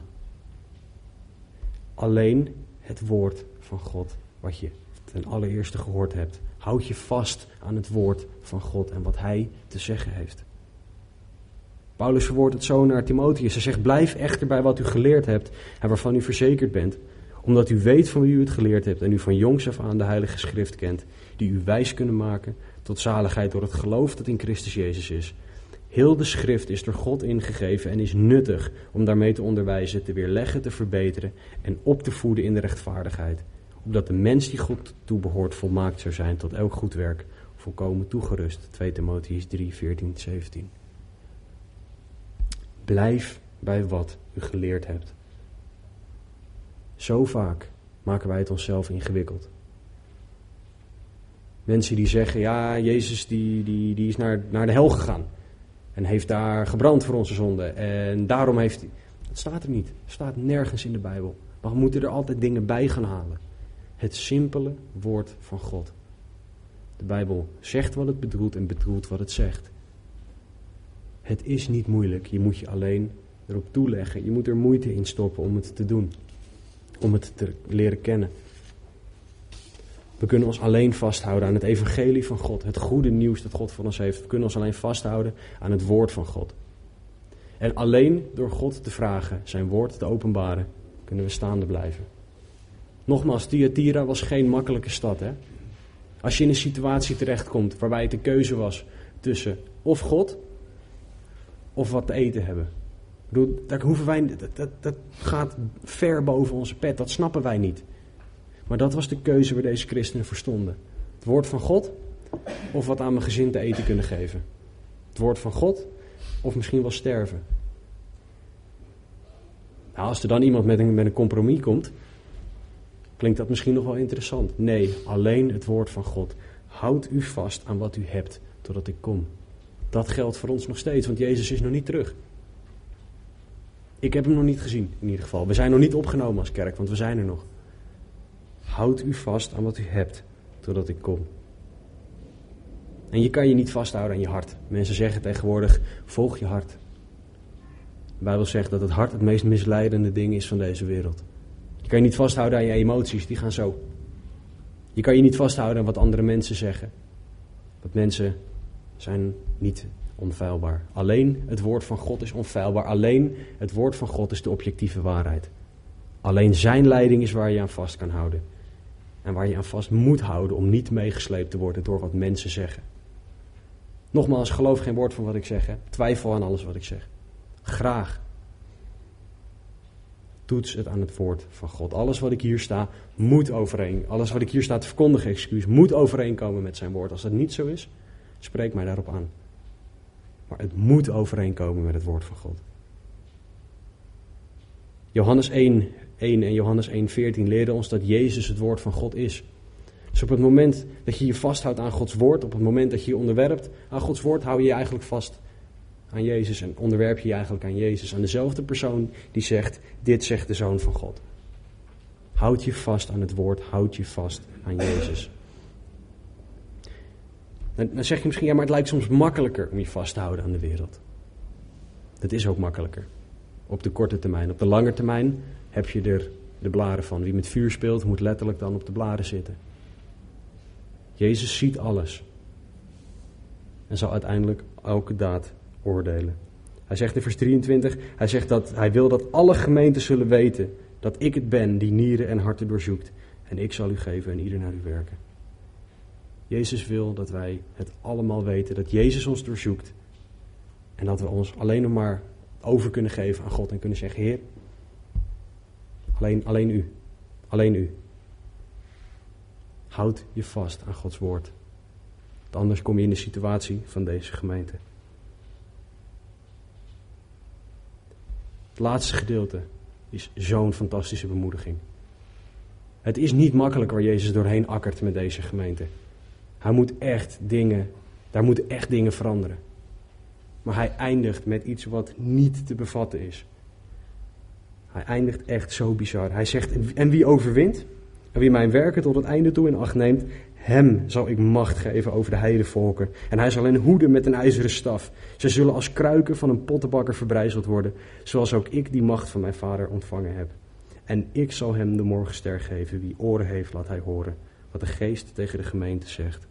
Alleen het woord van God wat je ten allereerste gehoord hebt. Houd je vast aan het woord van God en wat hij te zeggen heeft. Paulus verwoordt het zo naar Timotheus. Hij zegt, blijf echter bij wat u geleerd hebt en waarvan u verzekerd bent. Omdat u weet van wie u het geleerd hebt en u van jongs af aan de Heilige Schrift kent. Die u wijs kunnen maken tot zaligheid door het geloof dat in Christus Jezus is. Heel de schrift is door God ingegeven en is nuttig om daarmee te onderwijzen, te weerleggen, te verbeteren en op te voeden in de rechtvaardigheid. Opdat de mens die God toebehoort volmaakt zou zijn tot elk goed werk, volkomen toegerust. twee Timotheüs drie, veertien, zeventien. Blijf bij wat u geleerd hebt. Zo vaak maken wij het onszelf ingewikkeld. Mensen die zeggen, ja, Jezus die, die, die is naar, naar de hel gegaan. En heeft daar gebrand voor onze zonden. En daarom heeft hij... Dat staat er niet. Het staat nergens in de Bijbel. Maar we moeten er altijd dingen bij gaan halen. Het simpele woord van God. De Bijbel zegt wat het bedoelt en bedoelt wat het zegt. Het is niet moeilijk. Je moet je alleen erop toeleggen. Je moet er moeite in stoppen om het te doen. Om het te leren kennen. We kunnen ons alleen vasthouden aan het evangelie van God. Het goede nieuws dat God voor ons heeft. We kunnen ons alleen vasthouden aan het woord van God. En alleen door God te vragen, zijn woord te openbaren, kunnen we staande blijven. Nogmaals, Thyatira was geen makkelijke stad. Hè? Als je in een situatie terechtkomt waarbij het de keuze was tussen of God of wat te eten hebben. Ik bedoel, daar hoeven wij, dat, dat, dat gaat ver boven onze pet, dat snappen wij niet. Maar dat was de keuze waar deze christenen voor stonden. Het woord van God of wat aan mijn gezin te eten kunnen geven. Het woord van God of misschien wel sterven. Nou, als er dan iemand met een, met een compromis komt, klinkt dat misschien nog wel interessant. Nee, alleen het woord van God. Houd u vast aan wat u hebt totdat ik kom. Dat geldt voor ons nog steeds, want Jezus is nog niet terug. Ik heb hem nog niet gezien, in ieder geval. We zijn nog niet opgenomen als kerk, want we zijn er nog. Houd u vast aan wat u hebt totdat ik kom. En je kan je niet vasthouden aan je hart. Mensen zeggen tegenwoordig, volg je hart. De Bijbel zegt dat het hart het meest misleidende ding is van deze wereld. Je kan je niet vasthouden aan je emoties, die gaan zo. Je kan je niet vasthouden aan wat andere mensen zeggen. Want mensen zijn niet onfeilbaar. Alleen het woord van God is onfeilbaar. Alleen het woord van God is de objectieve waarheid. Alleen zijn leiding is waar je aan vast kan houden. En waar je aan vast moet houden om niet meegesleept te worden door wat mensen zeggen. Nogmaals, geloof geen woord van wat ik zeg. Hè. Twijfel aan alles wat ik zeg. Graag. Toets het aan het woord van God. Alles wat ik hier sta, moet overeen. Alles wat ik hier sta te verkondigen, excuus, moet overeenkomen met zijn woord. Als dat niet zo is, spreek mij daarop aan. Maar het moet overeenkomen met het woord van God. Johannes één, één en Johannes één, veertien leren ons dat Jezus het woord van God is. Dus op het moment dat je je vasthoudt aan Gods woord, op het moment dat je je onderwerpt aan Gods woord, hou je je eigenlijk vast aan Jezus en onderwerp je je eigenlijk aan Jezus. Aan dezelfde persoon die zegt, dit zegt de Zoon van God. Houd je vast aan het woord, houd je vast aan Jezus. Dan, dan zeg je misschien, ja, maar het lijkt soms makkelijker om je vast te houden aan de wereld. Dat is ook makkelijker. Op de korte termijn. Op de lange termijn heb je er de blaren van. Wie met vuur speelt, moet letterlijk dan op de blaren zitten. Jezus ziet alles. En zal uiteindelijk elke daad oordelen. Hij zegt in vers drieëntwintig, hij zegt dat hij wil dat alle gemeenten zullen weten dat ik het ben die nieren en harten doorzoekt. En ik zal u geven en ieder naar u werken. Jezus wil dat wij het allemaal weten, dat Jezus ons doorzoekt. En dat we ons alleen nog maar over kunnen geven aan God en kunnen zeggen, Heer, alleen, alleen u, alleen u. Houd je vast aan Gods woord. Want anders kom je in de situatie van deze gemeente. Het laatste gedeelte is zo'n fantastische bemoediging. Het is niet makkelijk waar Jezus doorheen akkert met deze gemeente. Hij moet echt dingen, daar moeten echt dingen veranderen. Maar hij eindigt met iets wat niet te bevatten is. Hij eindigt echt zo bizar. Hij zegt, en wie overwint, en wie mijn werken tot het einde toe in acht neemt, hem zal ik macht geven over de heidevolken. En hij zal hen hoeden met een ijzeren staf. Zij zullen als kruiken van een pottenbakker verbrijzeld worden, zoals ook ik die macht van mijn vader ontvangen heb. En ik zal hem de morgenster geven. Wie oren heeft, laat hij horen wat de geest tegen de gemeente zegt.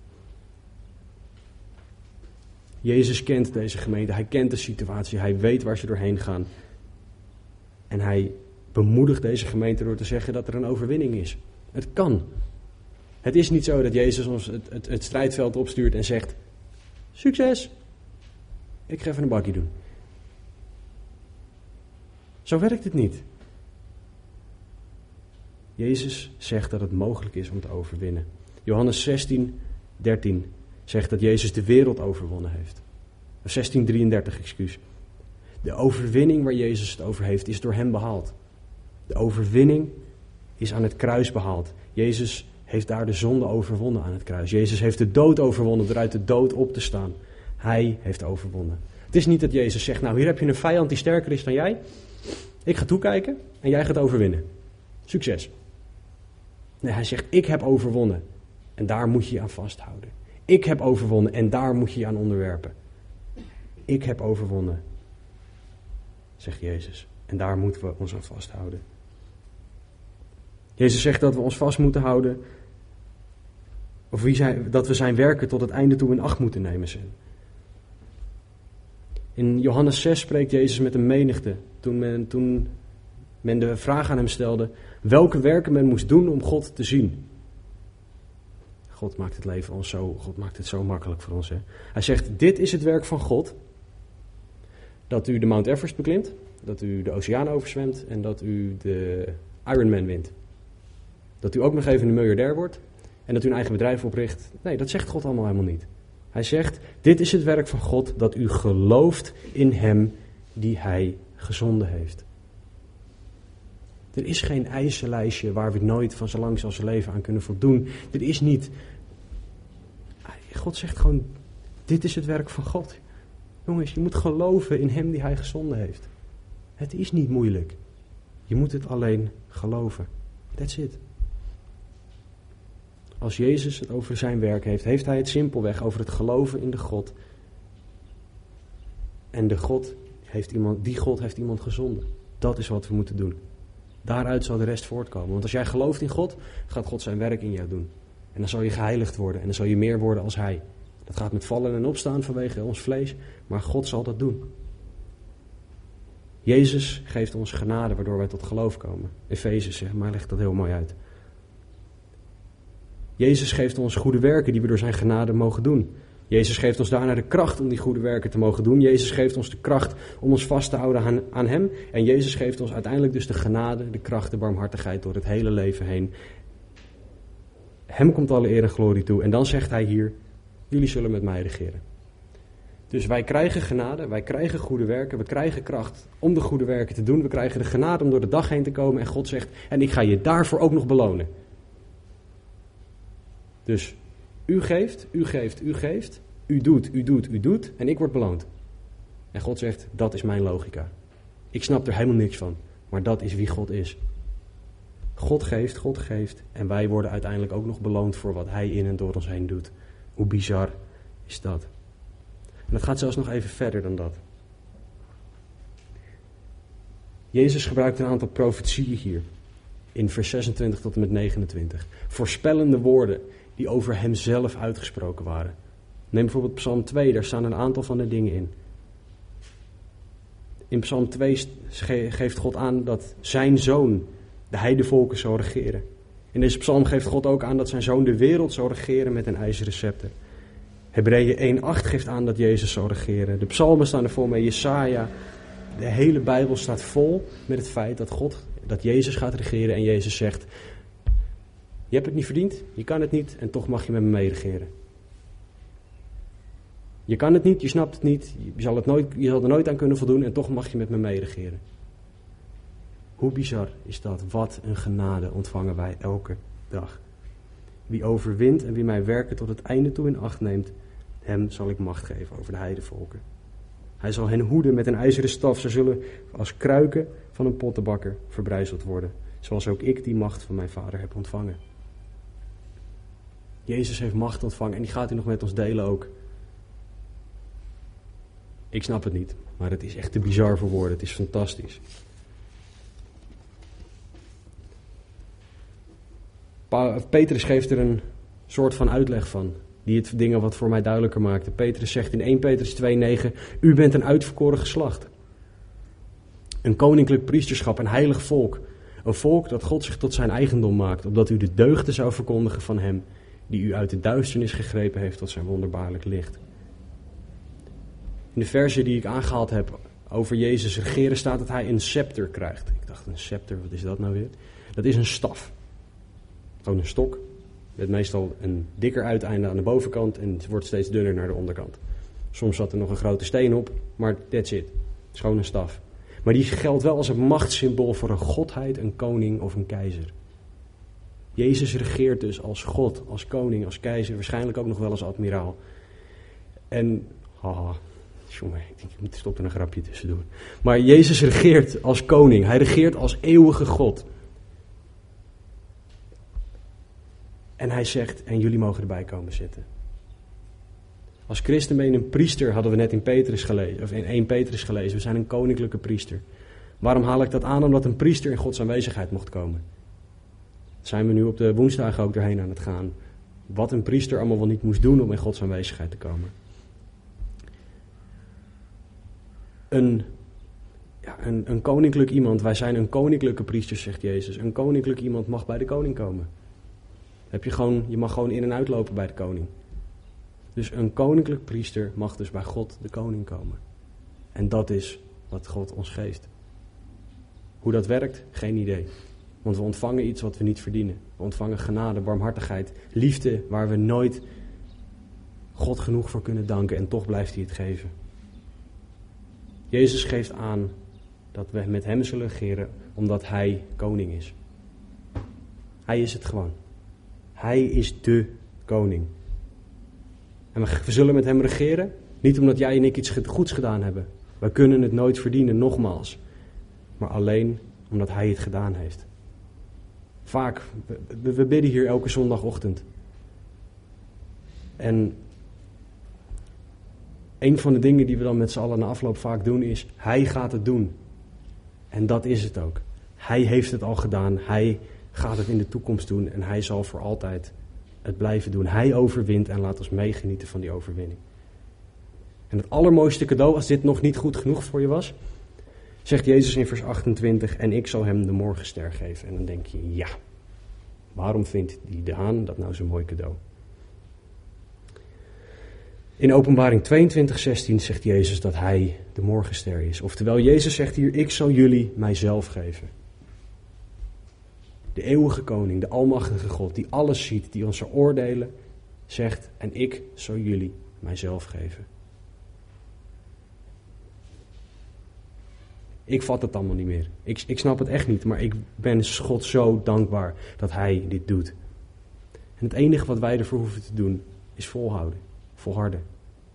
Jezus kent deze gemeente, hij kent de situatie, hij weet waar ze doorheen gaan. En hij bemoedigt deze gemeente door te zeggen dat er een overwinning is. Het kan. Het is niet zo dat Jezus ons het, het, het strijdveld opstuurt en zegt, succes, ik ga even een bakje doen. Zo werkt het niet. Jezus zegt dat het mogelijk is om te overwinnen. Johannes zestien, dertien zegt dat Jezus de wereld overwonnen heeft. zestien drieëndertig, excuus. De overwinning waar Jezus het over heeft, is door hem behaald. De overwinning is aan het kruis behaald. Jezus heeft daar de zonde overwonnen aan het kruis. Jezus heeft de dood overwonnen door uit de dood op te staan. Hij heeft overwonnen. Het is niet dat Jezus zegt, nou hier heb je een vijand die sterker is dan jij. Ik ga toekijken en jij gaat overwinnen. Succes. Nee, hij zegt, ik heb overwonnen. En daar moet je je aan vasthouden. Ik heb overwonnen en daar moet je je aan onderwerpen. Ik heb overwonnen, zegt Jezus. En daar moeten we ons aan vasthouden. Jezus zegt dat we ons vast moeten houden, of wie zijn, dat we zijn werken tot het einde toe in acht moeten nemen zijn. In Johannes zes spreekt Jezus met een menigte, toen men, toen men de vraag aan hem stelde, welke werken men moest doen om God te zien. God maakt het leven ons zo, God maakt het zo makkelijk voor ons. Hè? Hij zegt, dit is het werk van God, dat u de Mount Everest beklimt, dat u de oceaan overzwemt en dat u de Ironman wint. Dat u ook nog even een miljardair wordt en dat u een eigen bedrijf opricht. Nee, dat zegt God allemaal helemaal niet. Hij zegt, dit is het werk van God, dat u gelooft in hem die hij gezonden heeft. Er is geen eisenlijstje waar we nooit van zo lang als zijn leven aan kunnen voldoen. Er is niet. God zegt gewoon, dit is het werk van God. Jongens, je moet geloven in hem die hij gezonden heeft. Het is niet moeilijk. Je moet het alleen geloven. That's it. Als Jezus het over zijn werk heeft, heeft hij het simpelweg over het geloven in de God. En de God heeft iemand, die God heeft iemand gezonden. Dat is wat we moeten doen. Daaruit zal de rest voortkomen. Want als jij gelooft in God, gaat God zijn werk in jou doen. En dan zal je geheiligd worden en dan zal je meer worden als hij. Dat gaat met vallen en opstaan vanwege ons vlees, maar God zal dat doen. Jezus geeft ons genade waardoor wij tot geloof komen. Efeze zeg maar, legt dat heel mooi uit. Jezus geeft ons goede werken die we door zijn genade mogen doen. Jezus geeft ons daarna de kracht om die goede werken te mogen doen. Jezus geeft ons de kracht om ons vast te houden aan, aan hem. En Jezus geeft ons uiteindelijk dus de genade, de kracht, de barmhartigheid door het hele leven heen. Hem komt alle eer en glorie toe. En dan zegt hij hier, jullie zullen met mij regeren. Dus wij krijgen genade, wij krijgen goede werken, we krijgen kracht om de goede werken te doen. We krijgen de genade om door de dag heen te komen. En God zegt, en ik ga je daarvoor ook nog belonen. Dus u geeft, u geeft, u geeft, u doet, u doet, u doet en ik word beloond. En God zegt, dat is mijn logica. Ik snap er helemaal niks van, maar dat is wie God is. God geeft, God geeft en wij worden uiteindelijk ook nog beloond voor wat hij in en door ons heen doet. Hoe bizar is dat? En dat gaat zelfs nog even verder dan dat. Jezus gebruikt een aantal profetieën hier. In vers zesentwintig tot en met negenentwintig. Voorspellende woorden die over hemzelf uitgesproken waren. Neem bijvoorbeeld Psalm twee, daar staan een aantal van de dingen in. In Psalm twee geeft God aan dat zijn zoon de heidevolken zal regeren. In deze psalm geeft God ook aan dat zijn zoon de wereld zal regeren met een ijzeren scepter. Hebreeën één acht geeft aan dat Jezus zal regeren. De psalmen staan er vol mee, Jesaja. De hele Bijbel staat vol met het feit dat God, dat Jezus gaat regeren en Jezus zegt, je hebt het niet verdiend, je kan het niet en toch mag je met me meeregeren. Je kan het niet, je snapt het niet, je zal, het nooit, je zal er nooit aan kunnen voldoen en toch mag je met me meeregeren. Hoe bizar is dat? Wat een genade ontvangen wij elke dag. Wie overwint en wie mij werken tot het einde toe in acht neemt, hem zal ik macht geven over de heidevolken. Hij zal hen hoeden met een ijzeren staf, ze zullen als kruiken van een pottenbakker verbrijzeld worden, zoals ook ik die macht van mijn vader heb ontvangen. Jezus heeft macht ontvangen en die gaat hij nog met ons delen ook. Ik snap het niet, maar het is echt te bizar voor woorden, het is fantastisch. Petrus geeft er een soort van uitleg van, die het dingen wat voor mij duidelijker maakte. Petrus zegt in eerste Petrus twee negen, u bent een uitverkoren geslacht. Een koninklijk priesterschap, een heilig volk. Een volk dat God zich tot zijn eigendom maakt, opdat u de deugden zou verkondigen van hem, die u uit de duisternis gegrepen heeft tot zijn wonderbaarlijk licht. In de verse die ik aangehaald heb over Jezus regeren staat dat hij een scepter krijgt. Ik dacht, een scepter, wat is dat nou weer? Dat is een staf. Gewoon een stok, met meestal een dikker uiteinde aan de bovenkant en het wordt steeds dunner naar de onderkant. Soms zat er nog een grote steen op, maar that's it. Het is gewoon een staf. Maar die geldt wel als een machtssymbool voor een godheid, een koning of een keizer. Jezus regeert dus als God, als koning, als keizer, waarschijnlijk ook nog wel als admiraal. En, haha, jongen, ik denk ik moet stoppen een grapje tussendoor. Maar Jezus regeert als koning, hij regeert als eeuwige God. En hij zegt, en jullie mogen erbij komen zitten. Als christen ben je een priester, hadden we net in Petrus gelezen, of in eerste Petrus gelezen. We zijn een koninklijke priester. Waarom haal ik dat aan? Omdat een priester in Gods aanwezigheid mocht komen. Zijn we nu op de woensdagen ook doorheen aan het gaan. Wat een priester allemaal wel niet moest doen om in Gods aanwezigheid te komen. Een, ja, een, een koninklijk iemand, wij zijn een koninklijke priester, zegt Jezus. Een koninklijk iemand mag bij de koning komen. Heb je, gewoon, je mag gewoon in en uitlopen bij de koning. Dus een koninklijk priester mag dus bij God de koning komen. En dat is wat God ons geeft. Hoe dat werkt, geen idee. Want we ontvangen iets wat we niet verdienen. We ontvangen genade, barmhartigheid, liefde waar we nooit God genoeg voor kunnen danken. En toch blijft hij het geven. Jezus geeft aan dat we met hem zullen regeren omdat hij koning is. Hij is het gewoon. Hij is de koning. En we zullen met hem regeren, niet omdat jij en ik iets goeds gedaan hebben. We kunnen het nooit verdienen, nogmaals. Maar alleen omdat hij het gedaan heeft. Vaak, we, we bidden hier elke zondagochtend. En een van de dingen die we dan met z'n allen na afloop vaak doen is, hij gaat het doen. En dat is het ook. Hij heeft het al gedaan, hij gaat het in de toekomst doen en hij zal voor altijd het blijven doen. Hij overwint en laat ons meegenieten van die overwinning. En het allermooiste cadeau, als dit nog niet goed genoeg voor je was, zegt Jezus in vers achtentwintig, en ik zal hem de morgenster geven. En dan denk je, ja, waarom vindt die de haan dat nou zo'n mooi cadeau? In Openbaring tweeëntwintig zestien zegt Jezus dat hij de morgenster is. Oftewel, Jezus zegt hier, ik zal jullie mijzelf geven. De eeuwige koning, de almachtige God, die alles ziet, die ons zal oordelen, zegt, en ik zal jullie mijzelf geven. Ik vat het allemaal niet meer. Ik, ik snap het echt niet, maar ik ben God zo dankbaar dat hij dit doet. En het enige wat wij ervoor hoeven te doen, is volhouden, volharden.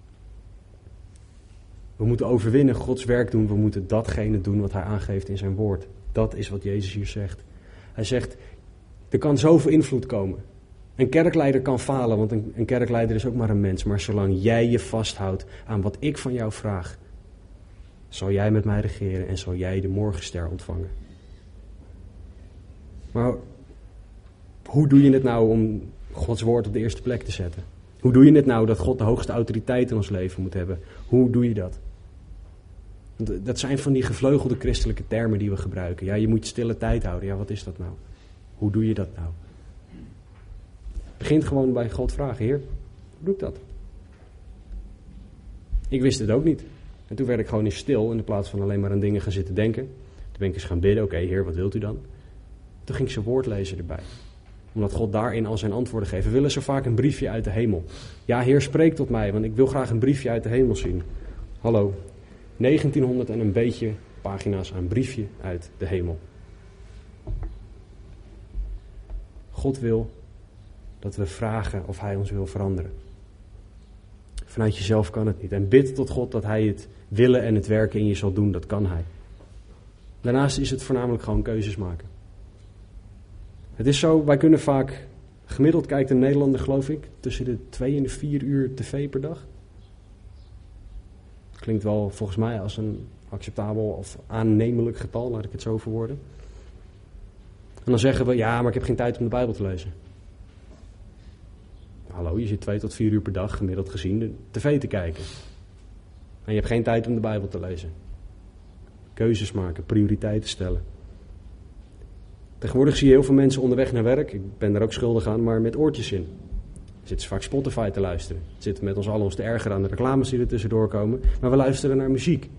We moeten overwinnen, Gods werk doen, we moeten datgene doen wat hij aangeeft in zijn woord. Dat is wat Jezus hier zegt. Hij zegt, er kan zoveel invloed komen. Een kerkleider kan falen, want een, een kerkleider is ook maar een mens. Maar zolang jij je vasthoudt aan wat ik van jou vraag, zal jij met mij regeren en zal jij de morgenster ontvangen. Maar hoe doe je het nou om Gods woord op de eerste plek te zetten? Hoe doe je het nou dat God de hoogste autoriteit in ons leven moet hebben? Hoe doe je dat? Dat zijn van die gevleugelde christelijke termen die we gebruiken. Ja, je moet stille tijd houden. Ja, wat is dat nou? Hoe doe je dat nou? Begint gewoon bij God vragen. Heer, hoe doe ik dat? Ik wist het ook niet. En toen werd ik gewoon eens stil in plaats van alleen maar aan dingen gaan zitten denken. Toen ben ik eens gaan bidden. Oké, okay, Heer, wat wilt u dan? Toen ging ik zijn woord lezen erbij. Omdat God daarin al zijn antwoorden geeft. We willen zo vaak een briefje uit de hemel. Ja, Heer, spreek tot mij, want ik wil graag een briefje uit de hemel zien. Hallo. negentienhonderd en een beetje pagina's aan briefje uit de hemel. God wil dat we vragen of hij ons wil veranderen. Vanuit jezelf kan het niet. En bid tot God dat hij het willen en het werken in je zal doen. Dat kan hij. Daarnaast is het voornamelijk gewoon keuzes maken. Het is zo, wij kunnen vaak, gemiddeld kijkt een Nederlander geloof ik, tussen de twee en de vier uur tv per dag. Klinkt wel volgens mij als een acceptabel of aannemelijk getal, laat ik het zo verwoorden. En dan zeggen we, ja, maar ik heb geen tijd om de Bijbel te lezen. Hallo, je zit twee tot vier uur per dag gemiddeld gezien de tv te kijken. En je hebt geen tijd om de Bijbel te lezen. Keuzes maken, prioriteiten stellen. Tegenwoordig zie je heel veel mensen onderweg naar werk, ik ben daar ook schuldig aan, maar met oortjes in. Zitten ze vaak Spotify te luisteren. We zitten met ons allen ons te ergeren aan de reclames die er tussendoor komen. Maar we luisteren naar muziek.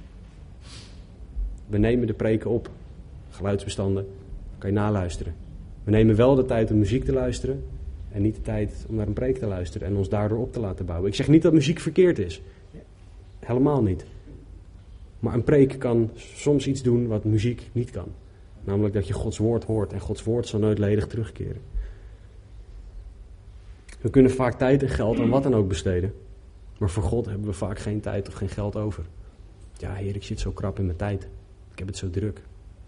We nemen de preken op. Geluidsbestanden. Kan je naluisteren. We nemen wel de tijd om muziek te luisteren. En niet de tijd om naar een preek te luisteren. En ons daardoor op te laten bouwen. Ik zeg niet dat muziek verkeerd is. Helemaal niet. Maar een preek kan soms iets doen wat muziek niet kan. Namelijk dat je Gods woord hoort. En Gods woord zal nooit ledig terugkeren. We kunnen vaak tijd en geld aan wat dan ook besteden. Maar voor God hebben we vaak geen tijd of geen geld over. Ja, Heer, ik zit zo krap in mijn tijd. Ik heb het zo druk.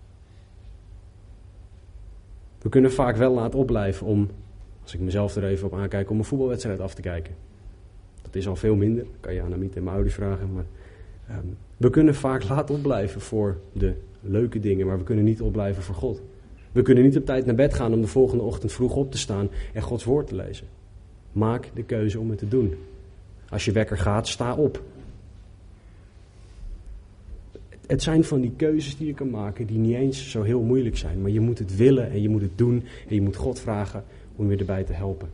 We kunnen vaak wel laten opblijven om, als ik mezelf er even op aankijk, om een voetbalwedstrijd af te kijken. Dat is al veel minder. Dat kan je aan Amit en mijn ouders vragen. Maar um, we kunnen vaak laten opblijven voor de leuke dingen, maar we kunnen niet opblijven voor God. We kunnen niet op tijd naar bed gaan om de volgende ochtend vroeg op te staan en Gods woord te lezen. Maak de keuze om het te doen. Als je wekker gaat, sta op. Het zijn van die keuzes die je kan maken die niet eens zo heel moeilijk zijn. Maar je moet het willen en je moet het doen en je moet God vragen om je erbij te helpen.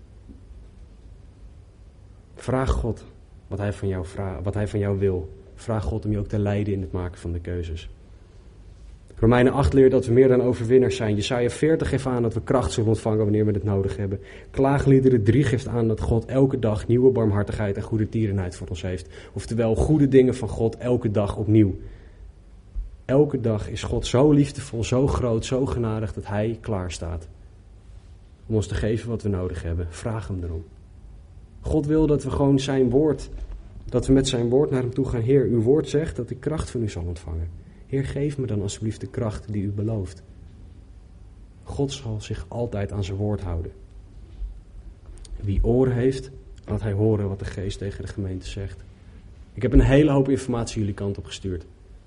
Vraag God wat hij van jou, vra- wat hij van jou wil. Vraag God om je ook te leiden in het maken van de keuzes. Romeinen acht leert dat we meer dan overwinnaars zijn. Jesaja veertig geeft aan dat we kracht zullen ontvangen wanneer we het nodig hebben. Klaagliederen drie geeft aan dat God elke dag nieuwe barmhartigheid en goede tierenheid voor ons heeft. Oftewel, goede dingen van God elke dag opnieuw. Elke dag is God zo liefdevol, zo groot, zo genadig dat hij klaar staat om ons te geven wat we nodig hebben. Vraag hem erom. God wil dat we gewoon zijn woord, dat we met zijn woord naar hem toe gaan. Heer, uw woord zegt dat ik kracht van u zal ontvangen. Heer, geef me dan alsjeblieft de kracht die u belooft. God zal zich altijd aan zijn woord houden. Wie oren heeft, Laat hij horen wat de geest tegen de gemeente zegt. Ik heb een hele hoop informatie jullie kant op gestuurd.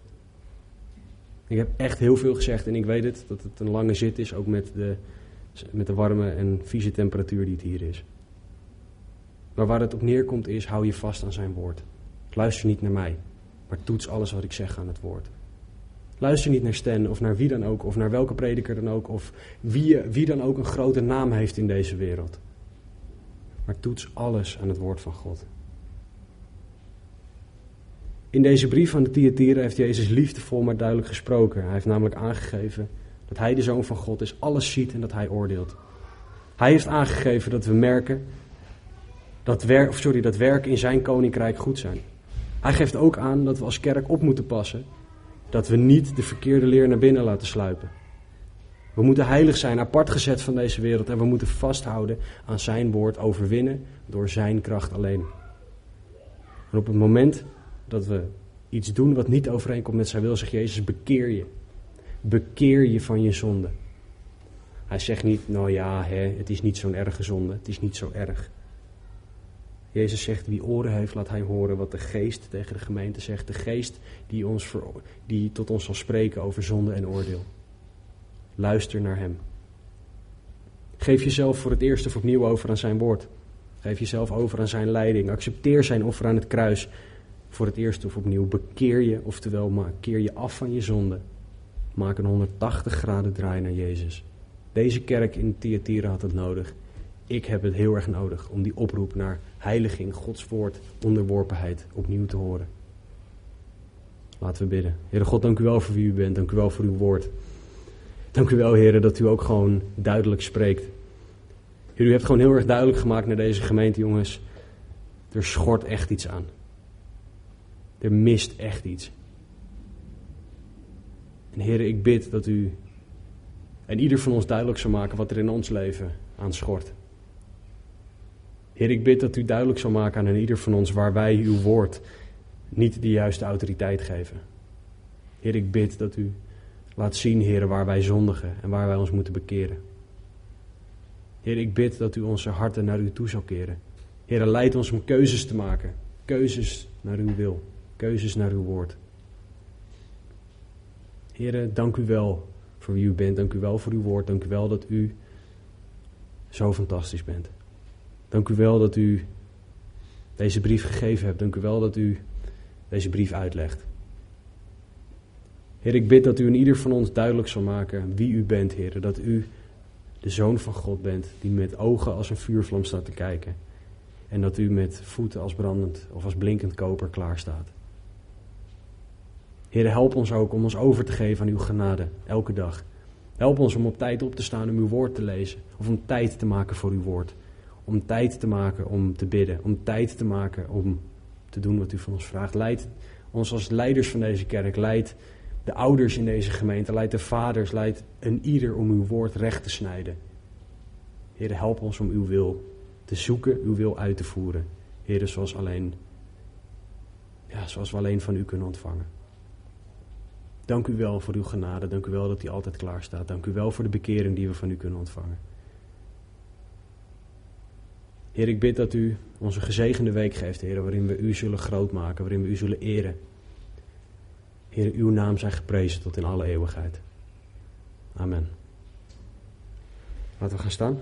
Ik heb echt heel veel gezegd en ik weet het, dat het een lange zit is, ook met de, met de warme en vieze temperatuur die het hier is. Maar waar het op neerkomt is, hou je vast aan zijn woord. Luister niet naar mij, maar toets alles wat ik zeg aan het woord. Luister niet naar Stan of naar wie dan ook, of naar welke prediker dan ook, of wie, wie dan ook een grote naam heeft in deze wereld. Maar toets alles aan het woord van God. In deze brief aan de Thyatira heeft Jezus liefdevol maar duidelijk gesproken. Hij heeft namelijk aangegeven dat hij de Zoon van God is, alles ziet en dat hij oordeelt. Hij heeft aangegeven dat we merken dat, wer- of sorry, dat werken in zijn koninkrijk goed zijn. Hij geeft ook aan dat we als kerk op moeten passen dat we niet de verkeerde leer naar binnen laten sluipen. We moeten heilig zijn, apart gezet van deze wereld en we moeten vasthouden aan zijn woord, overwinnen door zijn kracht alleen. En op het moment dat we iets doen wat niet overeenkomt met zijn wil, zegt Jezus, bekeer je. Bekeer je van je zonde. Hij zegt niet, nou ja, hè, het is niet zo'n erge zonde, het is niet zo erg. Jezus zegt, wie oren heeft, laat hij horen wat de geest tegen de gemeente zegt. De geest die, ons ver, die tot ons zal spreken over zonde en oordeel. Luister naar hem. Geef jezelf voor het eerst of opnieuw over aan zijn woord. Geef jezelf over aan zijn leiding. Accepteer zijn offer aan het kruis. Voor het eerst of opnieuw bekeer je, oftewel maak, keer je af van je zonde. Maak een honderdtachtig graden draai naar Jezus. Deze kerk in Thyatira had het nodig. Ik heb het heel erg nodig om die oproep naar heiliging, Gods woord, onderworpenheid opnieuw te horen. Laten we bidden. Heere God, dank u wel voor wie u bent. Dank u wel voor uw woord. Dank u wel, Heere, dat u ook gewoon duidelijk spreekt. Heer, u hebt gewoon heel erg duidelijk gemaakt naar deze gemeente, jongens. Er schort echt iets aan. Er mist echt iets. En Heere, ik bid dat u en ieder van ons duidelijk zal maken wat er in ons leven aan schort. Heer, ik bid dat u duidelijk zal maken aan ieder van ons waar wij uw woord niet de juiste autoriteit geven. Heer, ik bid dat u laat zien, Heer, waar wij zondigen en waar wij ons moeten bekeren. Heer, ik bid dat u onze harten naar u toe zal keren. Heer, leid ons om keuzes te maken. Keuzes naar uw wil. Keuzes naar uw woord. Heer, dank u wel voor wie u bent. Dank u wel voor uw woord. Dank u wel dat u zo fantastisch bent. Dank u wel dat u deze brief gegeven hebt. Dank u wel dat u deze brief uitlegt. Heer, ik bid dat u in ieder van ons duidelijk zal maken wie u bent, Heer. Dat u de Zoon van God bent, die met ogen als een vuurvlam staat te kijken. En dat u met voeten als brandend of als blinkend koper klaar staat. Heer, help ons ook om ons over te geven aan uw genade, elke dag. Help ons om op tijd op te staan om uw woord te lezen. Of om tijd te maken voor uw woord. Om tijd te maken om te bidden. Om tijd te maken om te doen wat u van ons vraagt. Leid ons als leiders van deze kerk. Leid de ouders in deze gemeente. Leid de vaders. Leid een ieder om uw woord recht te snijden. Heer, help ons om uw wil te zoeken, uw wil uit te voeren. Heer, zoals, alleen, ja, zoals we alleen van u kunnen ontvangen. Dank u wel voor uw genade. Dank u wel dat die altijd klaar staat. Dank u wel voor de bekering die we van u kunnen ontvangen. Heer, ik bid dat u ons een gezegende week geeft, Heer, waarin we u zullen grootmaken, waarin we u zullen eren. Heer, uw naam zij geprezen tot in alle eeuwigheid. Amen. Laten we gaan staan.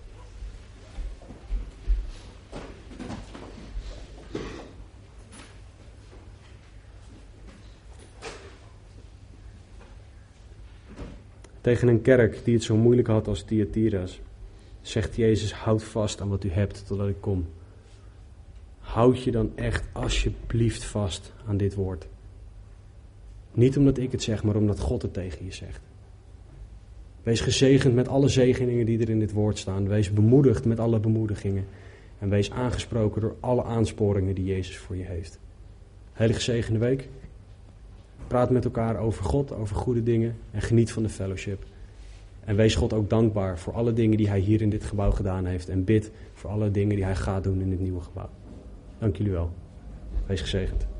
Tegen een kerk die het zo moeilijk had als Thyatira's, zegt Jezus, houd vast aan wat u hebt totdat ik kom. Houd je dan echt alsjeblieft vast aan dit woord. Niet omdat ik het zeg, maar omdat God het tegen je zegt. Wees gezegend met alle zegeningen die er in dit woord staan. Wees bemoedigd met alle bemoedigingen. En wees aangesproken door alle aansporingen die Jezus voor je heeft. Hele gezegende week. Praat met elkaar over God, over goede dingen en geniet van de fellowship. En wees God ook dankbaar voor alle dingen die hij hier in dit gebouw gedaan heeft. En bid voor alle dingen die hij gaat doen in dit nieuwe gebouw. Dank jullie wel. Wees gezegend.